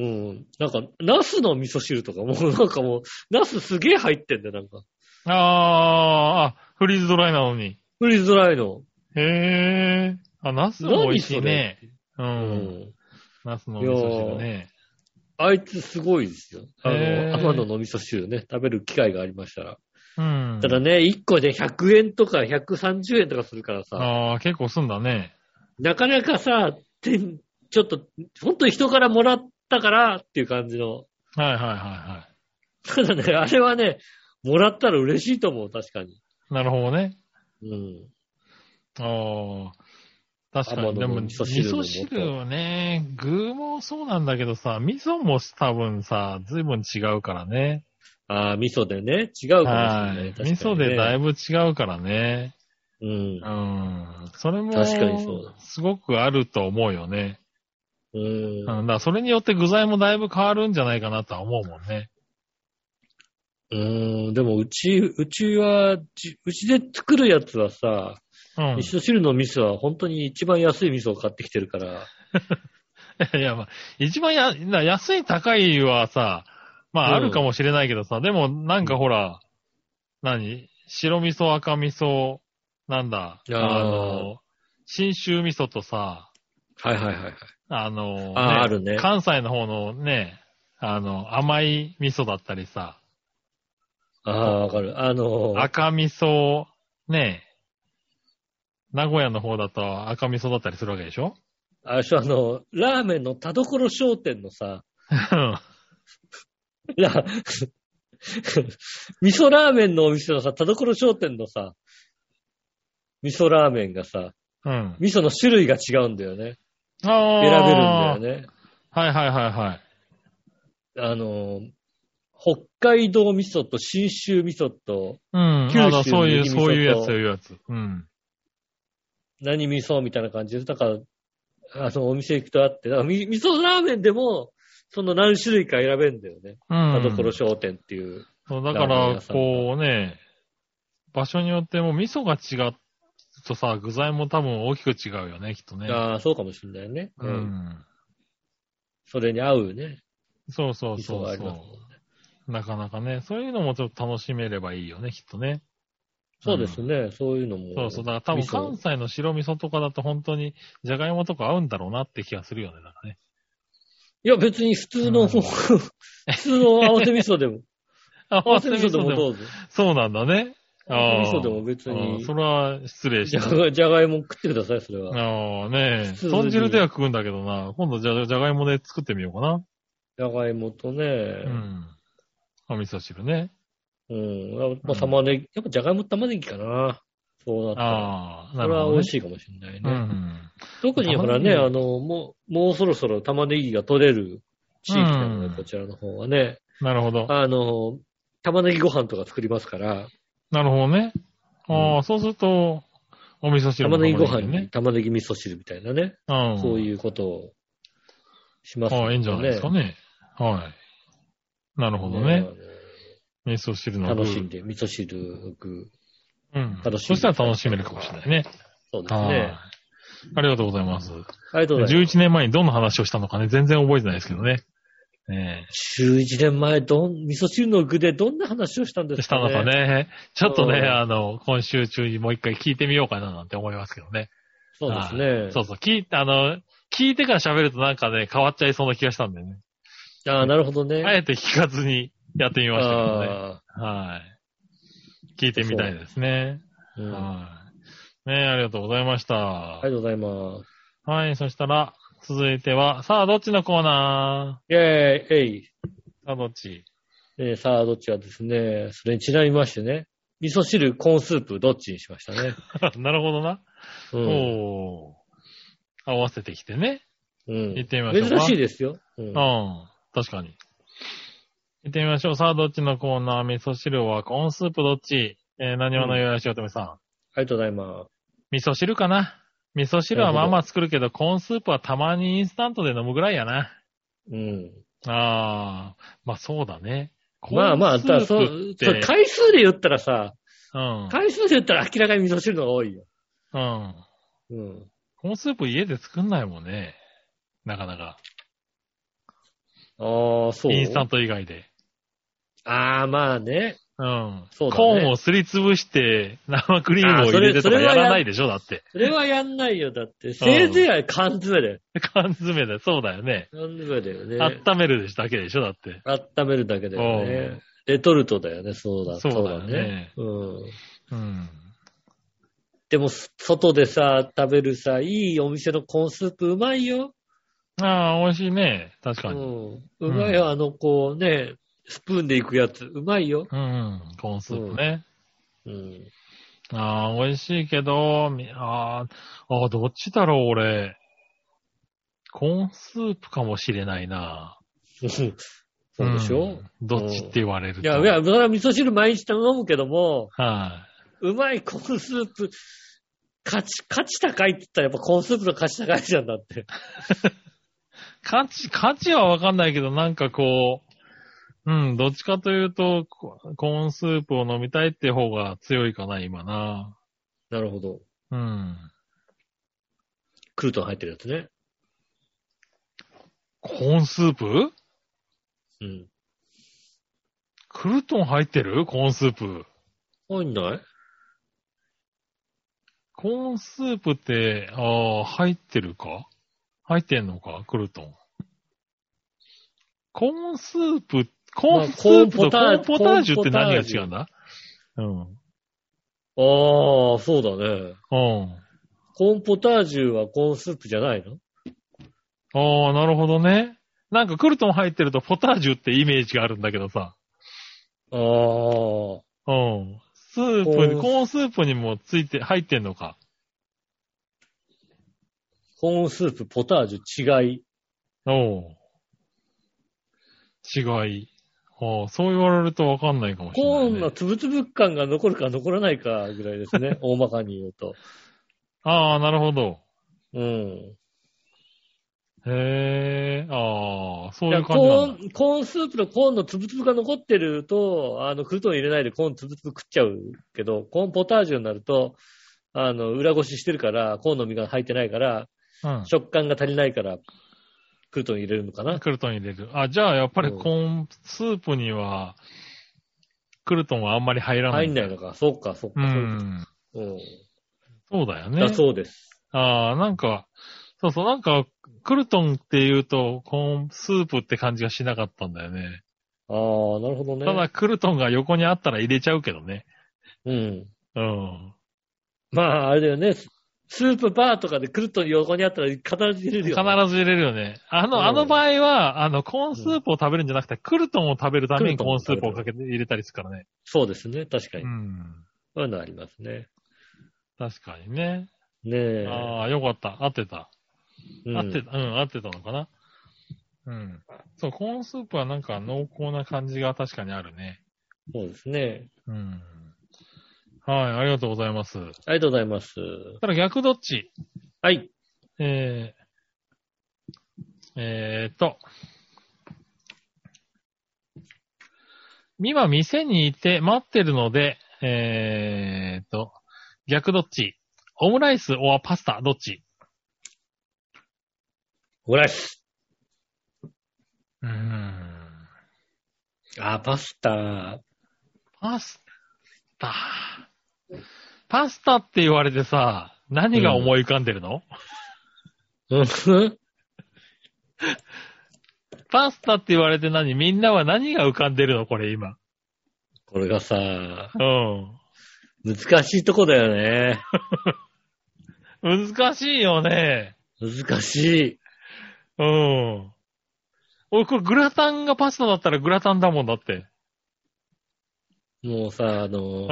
なんか、ナスの味噌汁とかもうなんかもう、ナスすげえ入ってんだよ、なんか。 ああ、フリーズドライなのに。 フリーズドライの。 へえ。あ、ナスも美味しいね。うん。 うん。 ナスの味噌汁ね。 あいつすごいですよ。あへーの、天野の味噌汁ね、食べる機会がありましたら。 うん。 ただね、いっこでひゃくえんとかひゃくさんじゅうえんとかするからさ、 ああ、結構すんだね。 なかなかさ、てんちょっと、ほんとに人からもらったからっていう感じの。 はいはいはいはただね、あれはね、もらったら嬉しいと思う、確かに。 い。なるほどね。 うん。 ああ、確かに。 天野のでも、味味噌汁の噌汁はね、具もそうなんだけどさ、味噌も多分さ、随分違うからね。 ああ、味噌でね、違うかもしれはない。 い。味噌でだいぶ。 ぶ違うからね。 うん。 うん。それも、 確かにそうだすごくあると思うよね。 うん。 うん。だからそれによって具材もだいぶ変わるんじゃないかなとは思うもんね。 うーん、でもうち、うちは、ちうちで作るやつはさ、 うん。 味噌汁の味噌は本当に一番安い味噌を買ってきてるから。 いや、まあ、一番や、な安い高いはさ、まあうんあるかもしれないけどさ、でもなんかほら、何白味噌、赤味噌、なんだ、 あーあの、信州味噌とさ、 はいはいはいはい。 あの、 あーあるね関西の方のね、あの、甘い味噌だったりさ、 ああ、わかる。あのー、 赤味噌、ね、名古屋の方だと赤味噌だったりするわけでしょあれしょ、あの、ラーメンの田所商店のさ、ラ味噌ラーメンのお店のさ、田所商店のさ、味噌ラーメンがさ、 うん。 味噌の種類が違うんだよね。 ああ。 選べるんだよね。 はいはいはいはい。 あの、北海道味噌と信州味噌と、 うん。 九州あのそういう、 麦味噌とそういうやつ、そういうやつ。うん。 何味噌みたいな感じで、だから、あの、お店行くとあって、だから味味噌ラーメンでも、その何種類か選べるんだよね。 うん。 田所商店っていう。 そうだかラーメンら屋、さんこうね、場所によっても味噌が違うとさ、具材も多分大きく違うよね、きっとね。 ああ、そうかもしれないね。 う。ん。 それに合うね。 そうそう味噌そうそがありますもんね。 う。なかなかね、そういうのもちょっと楽しめればいいよね、きっとね。 そうですね。そういうのも。 そうそう。だから多分味噌関西の白味噌とかだと本当にじゃがいもとか合うんだろうなって気がするよね、だからね。 いや、別に普通の、 うん普通の合わせ味噌でも。 合合わせ味噌でもどうぞ。 そうなんだね。 合わせ味噌でも別あにー。それは失礼しじゃた。 がじゃがいも食ってください、それは。 ああ、ねえ。 普通に豚汁では食うんだけどな。今度じゃ、じゃがいもで作ってみようかな。 じゃがいもとね。 うん。お味噌汁ね。 うん。まあ、玉ねぎ、やっぱじゃがいもと玉ねぎかな。そうなったら。 ああ、 それなるほど、ね。 は美味しいかもしれないね。 うん。 特にほらね、 玉ねぎあの、もう、もうそろそろ玉ねぎが取れる地域なので、 うんこちらの方はね。 なるほど。 あの、玉ねぎご飯とか作りますから、 なるほどね。ああ、そうすると、お味噌汁も玉ねぎご飯ねに。玉ねぎ味噌汁みたいなね。 うん。 そういうことをしますああ、 のいいんじゃないですかね。はい。なるほどね。味噌汁の具。 楽しんで、味噌汁具。 うん。 楽しんでそしたら楽しめるかもしれないね。 そうですはい。 ね。 ありがとうございます。 ありがとうございます。 じゅういちねんまえにどんな話をしたのかね、全然覚えてないですけどね。ねじゅういちねんまえ、どん、味噌汁の具でどんな話をしたんでえ。したすかね。 のかね。ちょっとね、 うんあの、今週中にもう一回聞いてみようかななんて思いますけどね。 そうですはいね。 そうそう。聞いて、あの、聞いてから喋るとなんかね、変わっちゃいそうな気がしたんでね。 ああ、なるほどね。 あえて聞かずにやってみましたけどね。 あはい。聞いてみたいですね。 ーうんあはい。ねえ、ありがとうございました。 りがとうございます。 はい、そしたら、続いては、さあ、どっちのコーナイェーイ、えい。 ーさあ、どっちえーさあ、どっちはですね、それにちなみましてね、味噌汁、コーンスープ、どっちにしましたね。 なるほどな。 うん。 おー。合わせてきてね。 うん。 行ってみましょうか珍しいですよ。うんうん。確かに。行ってみましょう。さあ、どっちのコーナー味噌汁はコーンスープどっちえー、何話のよやしおとめさん。 ありがとうございます。 味噌汁かな。味噌汁はまあまあ作るけど、コーンスープはたまにインスタントで飲むぐらいやな。 うん。 ああ、まあそうだね。 まあまあ、 コーンスただそう、 ープってそう回数で言ったらさ、 うん。 回数で言ったら明らかに味噌汁の方が多いよ。 うん。 うん。 コーンスープ家で作んないもんね。なかなか。 ああ、そう。 インスタント以外で。 ああ、まあね。 うん。 そうだね。 コーンをすりつぶして、生クリームを入れてとかやらないでしょ、だって。 それはやんないよ、だって。せいぜいは缶詰だよ。 缶詰だよ、そうだよね。 缶詰だよね。 温めるだけでしょ、だって。 温めるだけだよね。レトルトだよね、そうだ。 そうだね。 うん。 うん。 でも、外でさ、食べるさ、いいお店のコーンスープうまいよ。 ああ、美味しいね。確かに。 うん。うまいよ、うん、あの、こうね、スプーンで行くやつ。うまいよ。 うん、コーンスープね。 うん。うん、 ああ、美味しいけど、ああ、どっちだろう、俺。コーンスープかもしれないな。 そうでしょ、うん、 どっちって言われると。 いや、いや、それは味噌汁毎日頼むけども、 はい、 うまいコーンスープ、価値、価値高いって言ったらやっぱコーンスープの価値高いじゃんだって。 価値、価値はわかんないけど、なんかこう、うん、どっちかというと、コーンスープを飲みたいって方が強いかな、今な。 なるほど。 うん。 クルトン入ってるやつね。 コーンスープ？ うん。 クルトン入ってる？コーンスープ。 入んない？ コーンスープって、ああ、入ってるか？入ってんのか？クルトン。コーンスープ、コーンスープとコーンポタージュって何が違うんだ？うん。 ああ、そうだね。 うん。 コーンポタージュはコーンスープじゃないの？ ああ、なるほどね。なんかクルトン入ってるとポタージュってイメージがあるんだけどさ。 ああ。 うん。スープに、コーンスープにもついて、入ってんのか。 コーンスープ、ポタージュ、違い。 おう。違い。ああ、そう言われるとわかんないかもしれない、ね。 コーンのつぶつぶ感が残るか残らないかぐらいですね。大まかに言うと。 ああ、なるほど。 うん。 へえ、ああ、そういう感じなんだ。 コーン、コーンスープのコーンのつぶつぶが残ってると、あの、クルトン入れないでコーンつぶつぶ食っちゃうけど、コーンポタージュになると、あの、裏ごししてるから、コーンの実が入ってないから、うん、食感が足りないから、クルトン入れるのかな？ クルトン入れる。あ、じゃあやっぱりコーンスープには、クルトンはあんまり入らない。 入んないのか。そうか、そうか。 うん。 うん。 そうだよね。 だそうです。 ああ、なんか、そうそう、なんか、クルトンって言うと、コーンスープって感じがしなかったんだよね。 ああ、なるほどね。 ただ、クルトンが横にあったら入れちゃうけどね。 うん。 うん。 まあ、あれだよね。スープバーとかでクルトン横にあったら必ず入れるよ、 ね。必ず入れるよね。あの、うん、あの場合は、あの、コーンスープを食べるんじゃなくて、うん、クルトンを食べるためにコーンスープをかけて入れたりするからね。 そうですね、確かに。 うん。 そういうのありますね。 確かにね。 ねえ。 ああ、よかった。合ってた。 うん、 合ってた、うん、合ってたのかな。うん。そう、コーンスープはなんか濃厚な感じが確かにあるね。 そうですね。 うん。はい、ありがとうございます。ありがとうございます。 ただ逆どっち？ はい。 えー、えーと。今店にいて待ってるので、えーと、逆どっち？オムライスorパスタどっち？ オムライス。 うーん。 あ、パスタ。 パスタ。パスタって言われてさ、何が思い浮かんでるの？ うん、 パスタって言われて何？みんなは何が浮かんでるのこれ今。 これがさ、 うん。 難しいとこだよね。 難しいよね。 難しい。 うん。俺これグラタンがパスタだったらグラタンだもんだって。 もうさ、あの、 うん。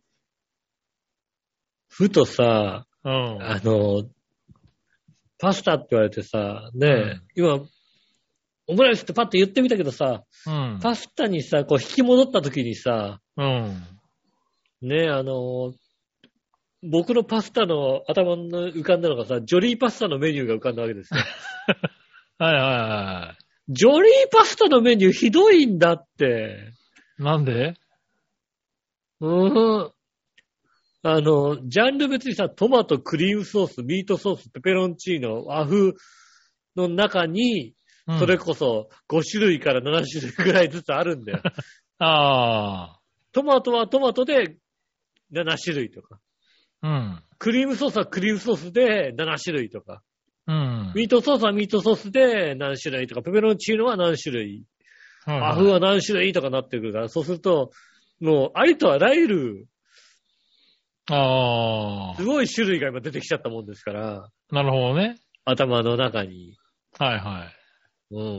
ふとさ、 うん。 あの、パスタって言われてさ、ねえ、うん、今、オムライスってパッと言ってみたけどさ、 うん、 パスタにさ、こう引き戻った時にさ、 うん、 ねえ、あの、僕のパスタの頭の浮かんだのがさ、ジョリーパスタのメニューが浮かんだわけですよ。 はいはいはい。 ジョリーパスタのメニューひどいんだって。 なんで？ うーん。あの、ジャンル別にさ、トマト、クリームソース、ミートソース、ペペロンチーノ、和風の中に、それこそご種類からなな種類ぐらいずつあるんだよ。 ああ。 トマトはトマトでなな種類とか。 うん。 クリームソースはクリームソースでなな種類とか。 うん。 ミートソースはミートソースで何種類とか、ペペロンチーノは何種類、 はいはい、 和風は何種類とかなってくるから、そうすると、もうありとあらゆる、 ああ。 すごい種類が今出てきちゃったもんですから。 なるほどね。 頭の中に。 はいはい。 うん。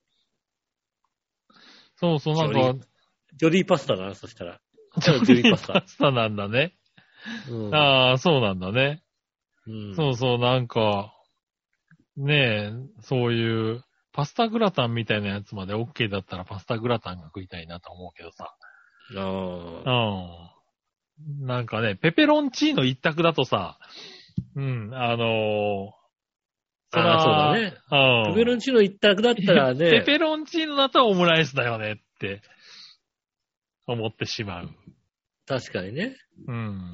そうそう、なんか。 ジョリーパスタだな、そしたら。 ジョリーパスタ。パスタなんだね。うん、ああ、そうなんだね。うん、そうそう、なんか、ねえ、そういう、パスタグラタンみたいなやつまで OK だったらパスタグラタンが食いたいなと思うけどさ。ああ。うん。なんかね、ペペロンチーノ一択だとさ、うん、あのー、 そら、そうだね。うん。ペペロンチーノ一択だったらね。 ペペロンチーノだとオムライスだよねって思ってしまう。 確かにね。 うん。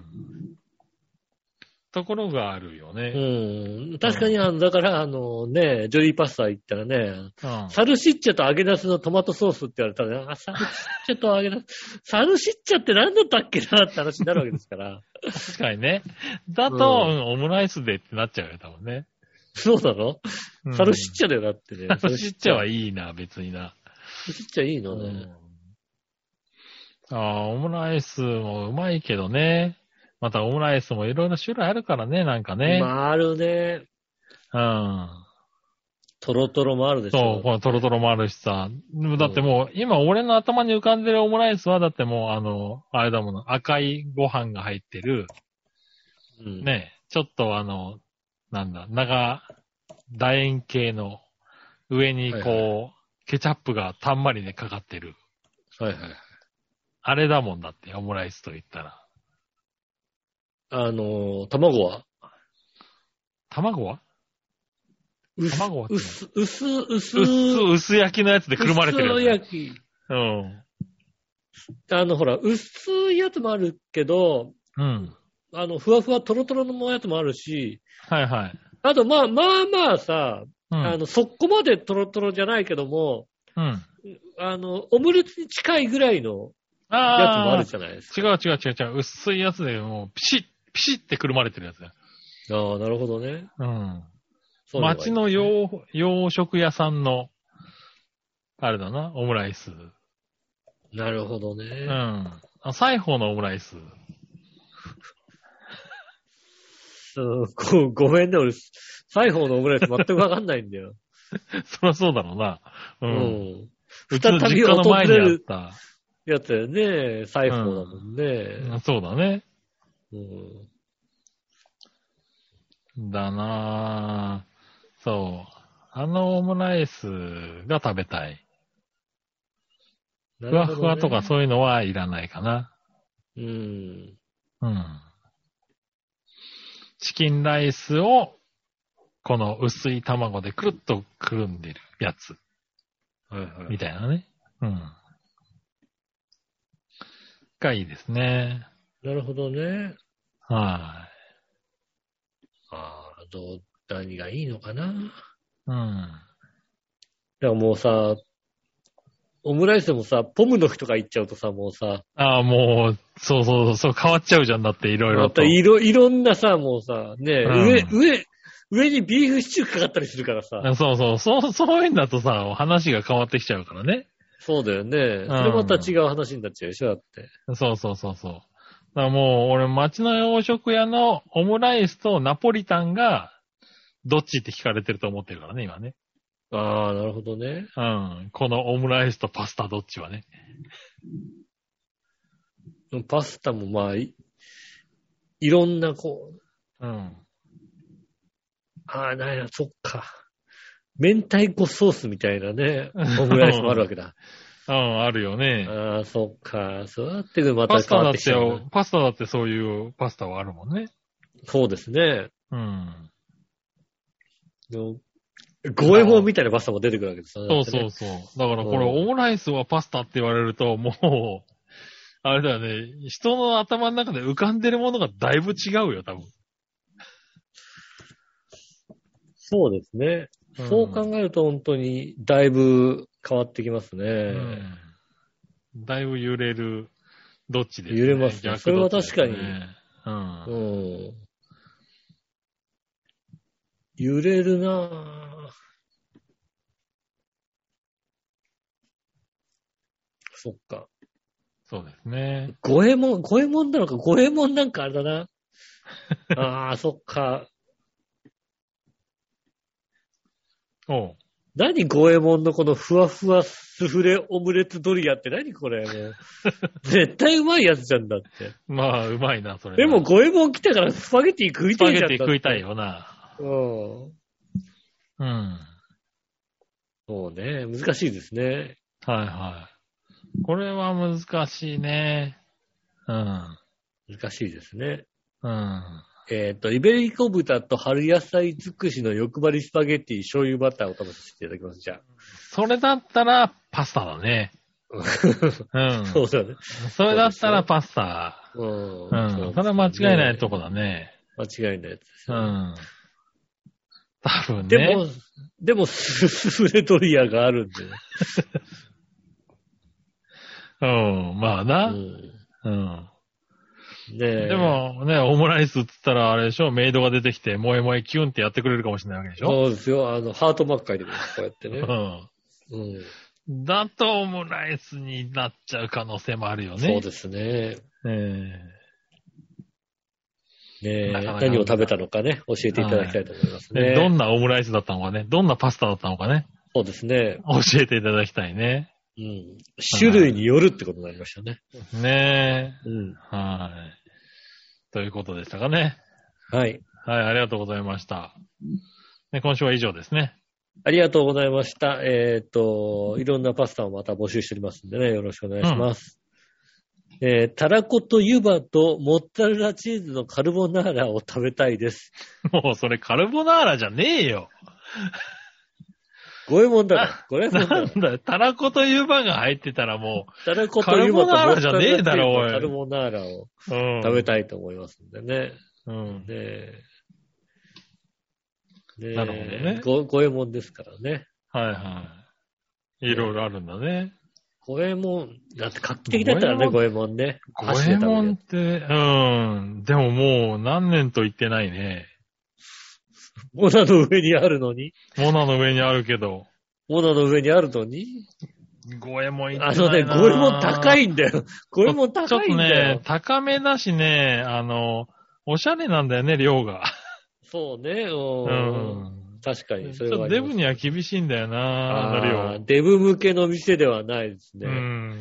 ところがあるよね。 うん。確かに、あの、だから、あのね、ジョリーパスタ行ったらね、 うん、 サルシッチャと揚げ出しのトマトソースって言われたらね、あ、サルシッチャと揚げ出し、サルシッチャって何だったっけなって話になるわけですから。 確かにね。だと、うんうん、オムライスでってなっちゃうよ、多分ね。 そうなの、うん、サルシッチャだよ、だってね。 サルシッチャはいいな、別にな。 サルシッチャいいのね。 うん、ああ、オムライスもうまいけどね。またオムライスもいろいろ種類あるからね、なんかね。 まあ、あるね。 うん。 トロトロもあるでしょ。 そう、このトロトロもあるしさ。だってもう、うん、今俺の頭に浮かんでるオムライスは、だってもう、あの、あれだもの、赤いご飯が入ってる。うん、ね、ちょっとあの、なんだ、長、楕円形の上にこう、はいはい、ケチャップがたんまりでかかってる。 はいはい。 あれだもんだって、オムライスと言ったら。 あの、卵は卵は卵は薄、薄、薄、 薄、薄焼きのやつでくるまれてるやつ。 薄焼き。 うん。 あの、ほら、薄いやつもあるけど、 うん。 あの、ふわふわトロトロのやつもあるし、 はいはい。 あと、まあまあまあさ、 うん、 あの、そこまでトロトロじゃないけども、 うん。 あの、オムレツに近いぐらいのやつもあるじゃないですか。 違う違う違う違う。薄いやつでもう、ピシッ、ピシッってくるまれてるやつだよ。 ああ、なるほどね。 うん。町の洋、洋食屋さんの、あれだな、オムライス。 なるほどね。 うん。あ、裁縫のオムライス。 ご, ごめんね、俺、裁縫のオムライス全くわかんないんだよ。 そりゃそうだろうな。うん。うん、 再び訪れるやつだよね。裁縫だもんね、 うん。そうだね。 うん、 だなぁ。そう。あのオムライスが食べたい。ふわふわとかそういうのはいらないかな。 うん。 うん。チキンライスを、この薄い卵でくるっとくるんでるやつ。 はいはい。 みたいなね。うん。がいいですね。 なるほどね。 はい、 あ。ああ、どう、何がいいのかな。 うん。 だからもうさ、オムライスでもさ、ポムの日とか行っちゃうとさ、もうさ。 ああ、もう、そうそうそう、変わっちゃうじゃんだっていろいろと。 またいろ、いろんなさ、もうさ、ね、うん、上、上、上にビーフシチューかかったりするからさ。 そうそう、そう、そういうんだとさ、話が変わってきちゃうからね。 そうだよね。うん、それまた違う話になっちゃうでしょ、だって。 そうそうそうそう。だからもう、俺、町の洋食屋のオムライスとナポリタンが、どっちって聞かれてると思ってるからね、今ね。 ああ、なるほどね。 うん。このオムライスとパスタどっちはね。 パスタもまあ、い、いろんなこう。うん。 ああ、ないな、そっか。明太子ソースみたいなね、オムライスもあるわけだ。 うん、あるよね。 ああ、そっか。そうやってまた変わってきちゃう、ね。 パスタだって、パスタだってそういうパスタはあるもんね。 そうですね。 うん。 五右衛門みたいなパスタも出てくるわけですよね。 そうそうそう。だからこれ、オムライスはパスタって言われると、もう、あれだよね。人の頭の中で浮かんでるものがだいぶ違うよ、多分。 そうですね。うん、そう考えると本当にだいぶ変わってきますね。 うん、だいぶ揺れるどっちですね。 揺れますね。それは確かに。 うん。 うん。揺れるなぁ。そっか。 そうですね。 五右衛門、五右衛門なのか、五右衛門なんかあれだな。ああ、そっか。 おう。 何五右衛門のこのふわふわスフレオムレツドリアって何これもう。絶対うまいやつじゃんだって。 まあ、うまいな、それ。 でも五右衛門来たからスパゲティ食いたいじゃん。 スパゲティ食いたいよな。 うん。 うん。 そうね、難しいですね。 はいはい。これは難しいね。うん。 難しいですね。 うん。 えっ、ー、と、イベリコ豚と春野菜尽くしの欲張りスパゲッティ醤油バターを食べさせていただきます。じゃあ。 それだったらパスタだね。うん。 そうだね。 それだったらパスタ。 うん。 うん。それは間違いないとこだね。 間違いないやつですよ。 うん。多分ね。 でも、でも、スフレドリアがあるんでね。 うん、まあな。うん。うんででもね、オムライスって言ったらあれでしょ、メイドが出てきて、萌え萌えキュンってやってくれるかもしれないわけでしょ。 そうですよ。あの、ハートマーク書いてくる。こうやってね。 うん。うん。だとオムライスになっちゃう可能性もあるよね。 そうですね。 えー、ねえ、何を食べたのかね、教えていただきたいと思いますね。 はい、どんなオムライスだったのかね、どんなパスタだったのかね。 そうですね。 教えていただきたいね。 うん。種類によるってことになりましたね。 ねえ。 うん。 はい。ということでしたかね。 はい。 はい、ありがとうございました。ね、今週は以上ですね。 ありがとうございました。えっと、いろんなパスタをまた募集しておりますんでね、よろしくお願いします。うん、えー、たらこと湯葉とモッツァレラチーズのカルボナーラを食べたいです。 もうそれカルボナーラじゃねえよ。 五右衛門だな。五右衛門だな。 なんだよ、たらこと湯葉が入ってたらもう、 たらこと湯葉とモッツァレラチーズのカルボボナーラを食べたいと思いますんでね。 うん。 ねえ。 なるほどね。 ご、五右衛門ですからね。 はいはい。いろいろあるんだね。 五右衛門、だって画期的だったらね、五右衛門ね。 五右衛門って、うん。でももう何年と言ってないね。 モナの上にあるのにモナの上にあるけど。 モナの上にあるのに五右衛門行ってないな。 あのね、五右衛門高いんだよ。五右衛門高いんだよ。 ちょっとね、高めだしね、あの、おしゃれなんだよね、量が。 そうね、うん。確かに、それは。 ちょっとデブには厳しいんだよな、あの量。 デブ向けの店ではないですね。 うん。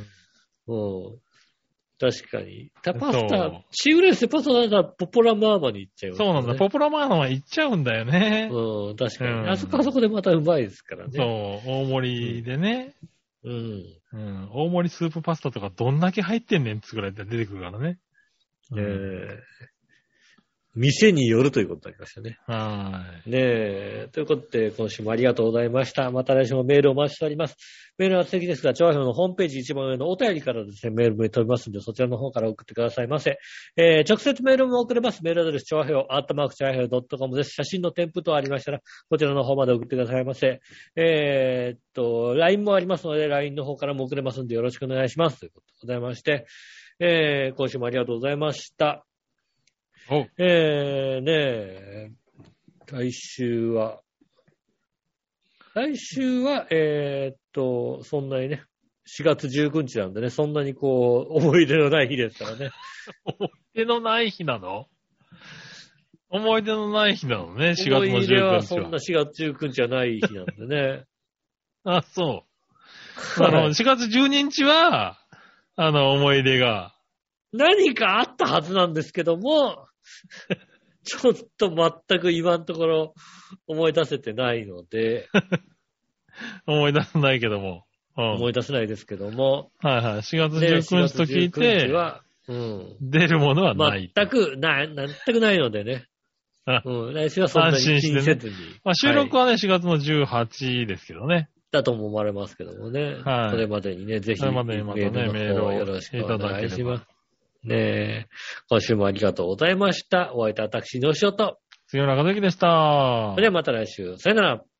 うん。確かに。パスタ、シーグレースでパスタだったらポポラマーマに行っちゃう、ね。 そうなんだ。ポポラマーマ行っちゃうんだよね。 うん、確かに。うん、あそこあそこでまたうまいですからね。 そう、大盛りでね。 うん。 うん。大盛りスープパスタとかどんだけ入ってんねんってぐらいで出てくるからね。 えー店によるということになりましたね。 はい。 ねえ。ということで、今週もありがとうございました。また来週もメールをお待ちしております。メールは素敵ですが、調和表のホームページ一番上のお便りからですね、メールも飛びますので、そちらの方から送ってくださいませ。えー、直接メールも送れます。メールアドレス、調和表、アットマーク調和表 .com です。写真の添付等ありましたら、こちらの方まで送ってくださいませ。えー、っと、ライン もありますので、ライン の方からも送れますので、よろしくお願いします。ということでございまして、えー、今週もありがとうございました。えー、ねえ、来週は、来週は、えー、っと、そんなにね、しがつじゅうくにちなんでね、そんなにこう、思い出のない日ですからね。 思い出のない日なの？思い出のない日なのね、しがつのじゅうくにちは。思い出はそんなしがつじゅうくにちはない日なんでね。 あ、そう。あの、しがつじゅうににちは、あの、思い出が。 何かあったはずなんですけども、ちょっと全く今のところ思い出せてないので。 思い出せないけども、 うん。思い出せないですけども。 はいはい。しがつじゅうくにちと聞いて、 はうん、 出るものはない。 全くない、全くないのでね。うん、来週はそんなに気にせずに。ね、 まあ、収録はね、はい、しがつのじゅうはちですけどね。 だとも思われますけどもね。はい。それまでにね、ぜひ。 それまでにまたね、メールをよろしくお願いします。 ねえ。今週もありがとうございました。お会いいた私の仕事。 杉村和之でした。 それではまた来週。さよなら。